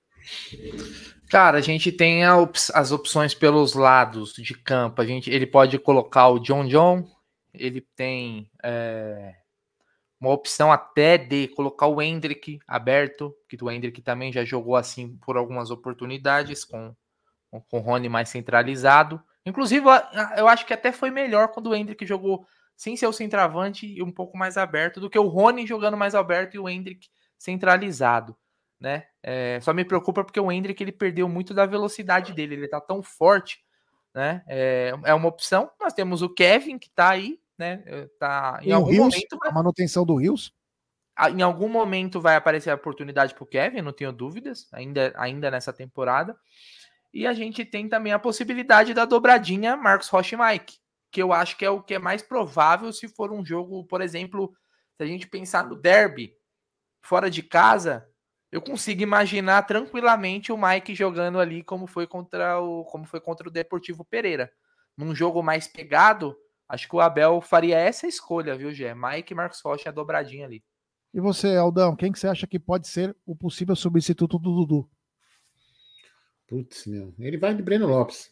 Cara, a gente tem a op- as opções pelos lados de campo. A gente, ele pode colocar o John John, ele tem é, uma opção até de colocar o Hendrick aberto, que o Hendrick também já jogou assim por algumas oportunidades, com, com o Rony mais centralizado. Inclusive, eu acho que até foi melhor quando o Hendrick jogou sem ser o centroavante e um pouco mais aberto do que o Rony jogando mais aberto e o Hendrick centralizado, né? É, só me preocupa porque o Hendrick ele perdeu muito da velocidade dele, ele tá tão forte, né? É, é uma opção. Nós temos o Kevin que tá aí, né? Tá em Tem o algum Rios, momento a manutenção do Rios. em algum momento vai aparecer a oportunidade pro Kevin, não tenho dúvidas, ainda ainda nessa temporada. E a gente tem também a possibilidade da dobradinha Marcos Rocha e Mike, que eu acho que é o que é mais provável se for um jogo, por exemplo, se a gente pensar no derby, fora de casa, eu consigo imaginar tranquilamente o Mike jogando ali como foi contra o, como foi contra o Deportivo Pereira. Num jogo mais pegado, acho que o Abel faria essa escolha, viu, Gé? Mike e Marcos Rocha a dobradinha ali. E você, Aldão, quem que você acha que pode ser o possível substituto do Dudu? Putz, meu. Ele vai de Breno Lopes.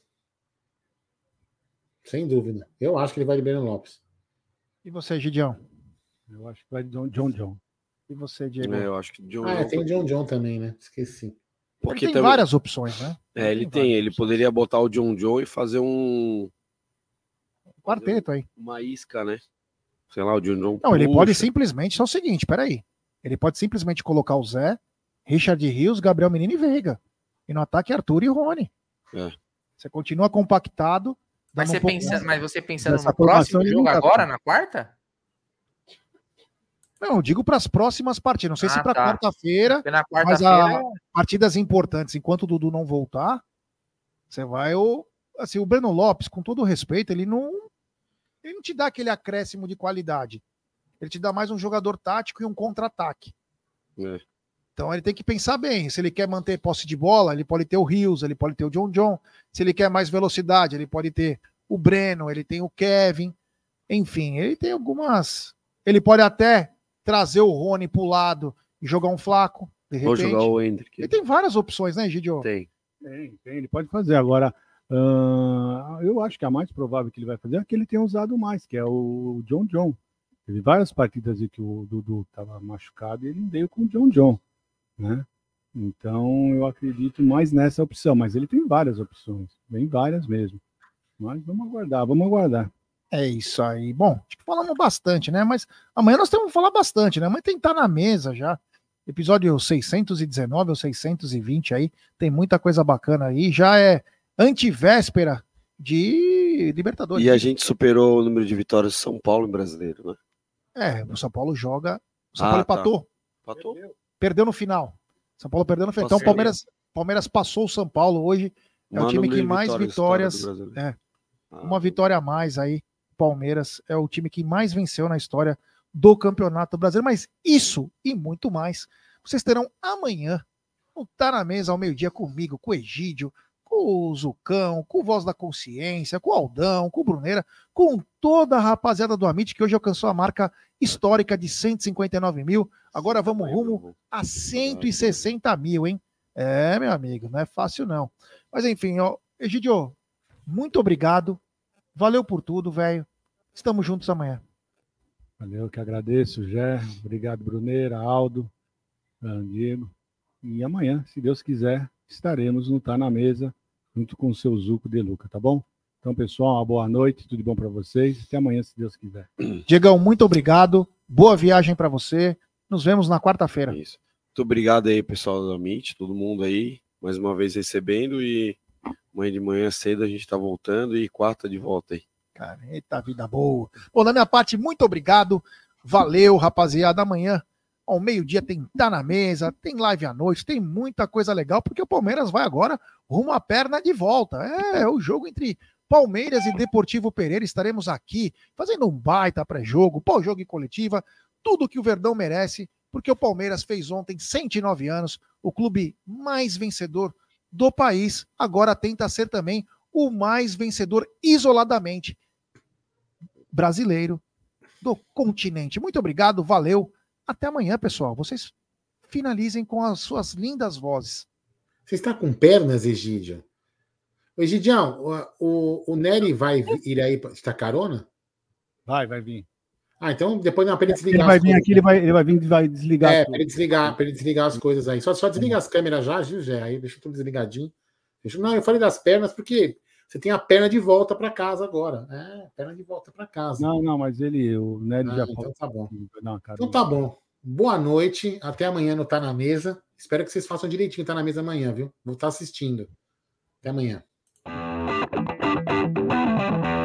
Sem dúvida. Eu acho que ele vai de Breno Lopes. E você, Gidião? Eu acho que vai de John John. John. E você, Diego? É, eu acho que John Ah, é, John tem John John também, né? Esqueci. Porque ele tem também... várias opções, né? É, ele tem. Ele poderia botar o John John e fazer um... Quarteto aí. Uma isca, né? Sei lá, o John John. Não, ele puxa. pode simplesmente, só o seguinte, peraí. Ele pode simplesmente colocar o Zé, Richard Rios, Gabriel Menino e Veiga. E no ataque Arthur e Rony. É. Você continua compactado. Mas dando você, um pouco pensa, mais- mas você pensando dessa no próximo formação, ele jogo não tá agora, bem. na quarta? Não, eu digo para as próximas partidas. Não sei se Ah, para tá. quarta-feira, Porque na mas quarta-feira. a partidas importantes, enquanto o Dudu não voltar, você vai. O, assim, o Breno Lopes, com todo respeito, ele não, ele não te dá aquele acréscimo de qualidade. Ele te dá mais um jogador tático e um contra-ataque. É. Então ele tem que pensar bem. Se ele quer manter posse de bola, ele pode ter o Rios, ele pode ter o John John. Se ele quer mais velocidade, ele pode ter o Breno, ele tem o Kevin. Enfim, ele tem algumas. Ele pode até trazer o Rony pro lado e jogar um Flaco, de Vou repente. jogar o Hendrick. Ele tem várias opções, né, Gidio? Tem. Tem, tem, ele pode fazer. Agora, uh, eu acho que a mais provável que ele vai fazer é que ele tenha usado mais, que é o John John. Teve várias partidas em que o Dudu estava machucado e ele veio com o John John, né? Então, eu acredito mais nessa opção, mas ele tem várias opções, bem várias mesmo. Mas vamos aguardar, vamos aguardar. É isso aí. Bom, acho que falamos bastante, né? Mas amanhã nós temos que falar bastante, né? Amanhã tem que estar na mesa já. Episódio seiscentos e dezenove ou seiscentos e vinte aí. Tem muita coisa bacana aí. Já é antivéspera de Libertadores. E a gente superou o número de vitórias do São Paulo em brasileiro, né? É, o São Paulo joga. O São Ah, Paulo tá. empatou. Empatou? Perdeu no final. São Paulo perdeu no final. Então o Nossa, Palmeiras, Palmeiras passou o São Paulo hoje. É o Maior time número que de mais vitórias vitórias. da história do Brasil. É, Ah, uma vitória a mais aí. Palmeiras é o time que mais venceu na história do Campeonato Brasileiro. Mas isso e muito mais vocês terão amanhã no Tá na Mesa ao meio-dia comigo, com o Egídio, com o Zucão, com o Voz da Consciência, com o Aldão, com o Bruneira, com toda a rapaziada do Amit, que hoje alcançou a marca histórica de cento e cinquenta e nove mil. Agora vamos rumo a cento e sessenta mil, hein? É, meu amigo, não é fácil não. Mas enfim, ó, Egídio, muito obrigado. Valeu por tudo, velho. Estamos juntos amanhã. Valeu, que agradeço, Gé. Obrigado, Bruneira, Aldo, Diego. E amanhã, se Deus quiser, estaremos no Tá na Mesa, junto com o seu Zuco de Luca, tá bom? Então, pessoal, uma boa noite, tudo de bom para vocês. Até amanhã, se Deus quiser. Diegão, muito obrigado. Boa viagem para você. Nos vemos na quarta-feira. Isso. Muito obrigado aí, pessoal do Amit, todo mundo aí, mais uma vez recebendo, e amanhã de manhã cedo a gente tá voltando e quarta de volta aí. Cara, eita vida boa. Bom, da minha parte, muito obrigado. Valeu, rapaziada. Amanhã, ao meio-dia, tem Tá na Mesa, tem live à noite, tem muita coisa legal, porque o Palmeiras vai agora rumo à perna de volta. É, é o jogo entre Palmeiras e Deportivo Pereira. Estaremos aqui fazendo um baita pré-jogo, pós-jogo em coletiva, tudo que o Verdão merece, porque o Palmeiras fez ontem cento e nove anos, o clube mais vencedor do país, agora tenta ser também o mais vencedor isoladamente brasileiro do continente. Muito obrigado, valeu. Até amanhã, pessoal. Vocês finalizem com as suas lindas vozes. Você está com pernas, Egídio? Ô, Egidião, o, o, o Nery vai ir aí para dar carona? Vai, vai vir. Ah, então depois não, para ele desligar. Ele vai as vir coisas. aqui, ele vai, ele vai vir e vai desligar. É, tudo. para ele desligar, para ele desligar as coisas aí. Só, só desliga as câmeras já, viu, Zé? Aí deixa tudo desligadinho. Deixa... Não, eu falei das pernas porque você tem a perna de volta para casa agora. É, perna de volta para casa. Não, não, mas ele, o Nery Ah, já então tá bom. Não, cara, Então tá bom. Boa noite. Até amanhã no Tá na Mesa. Espero que vocês façam direitinho Tá na Mesa amanhã, viu? Vou estar assistindo. Até amanhã.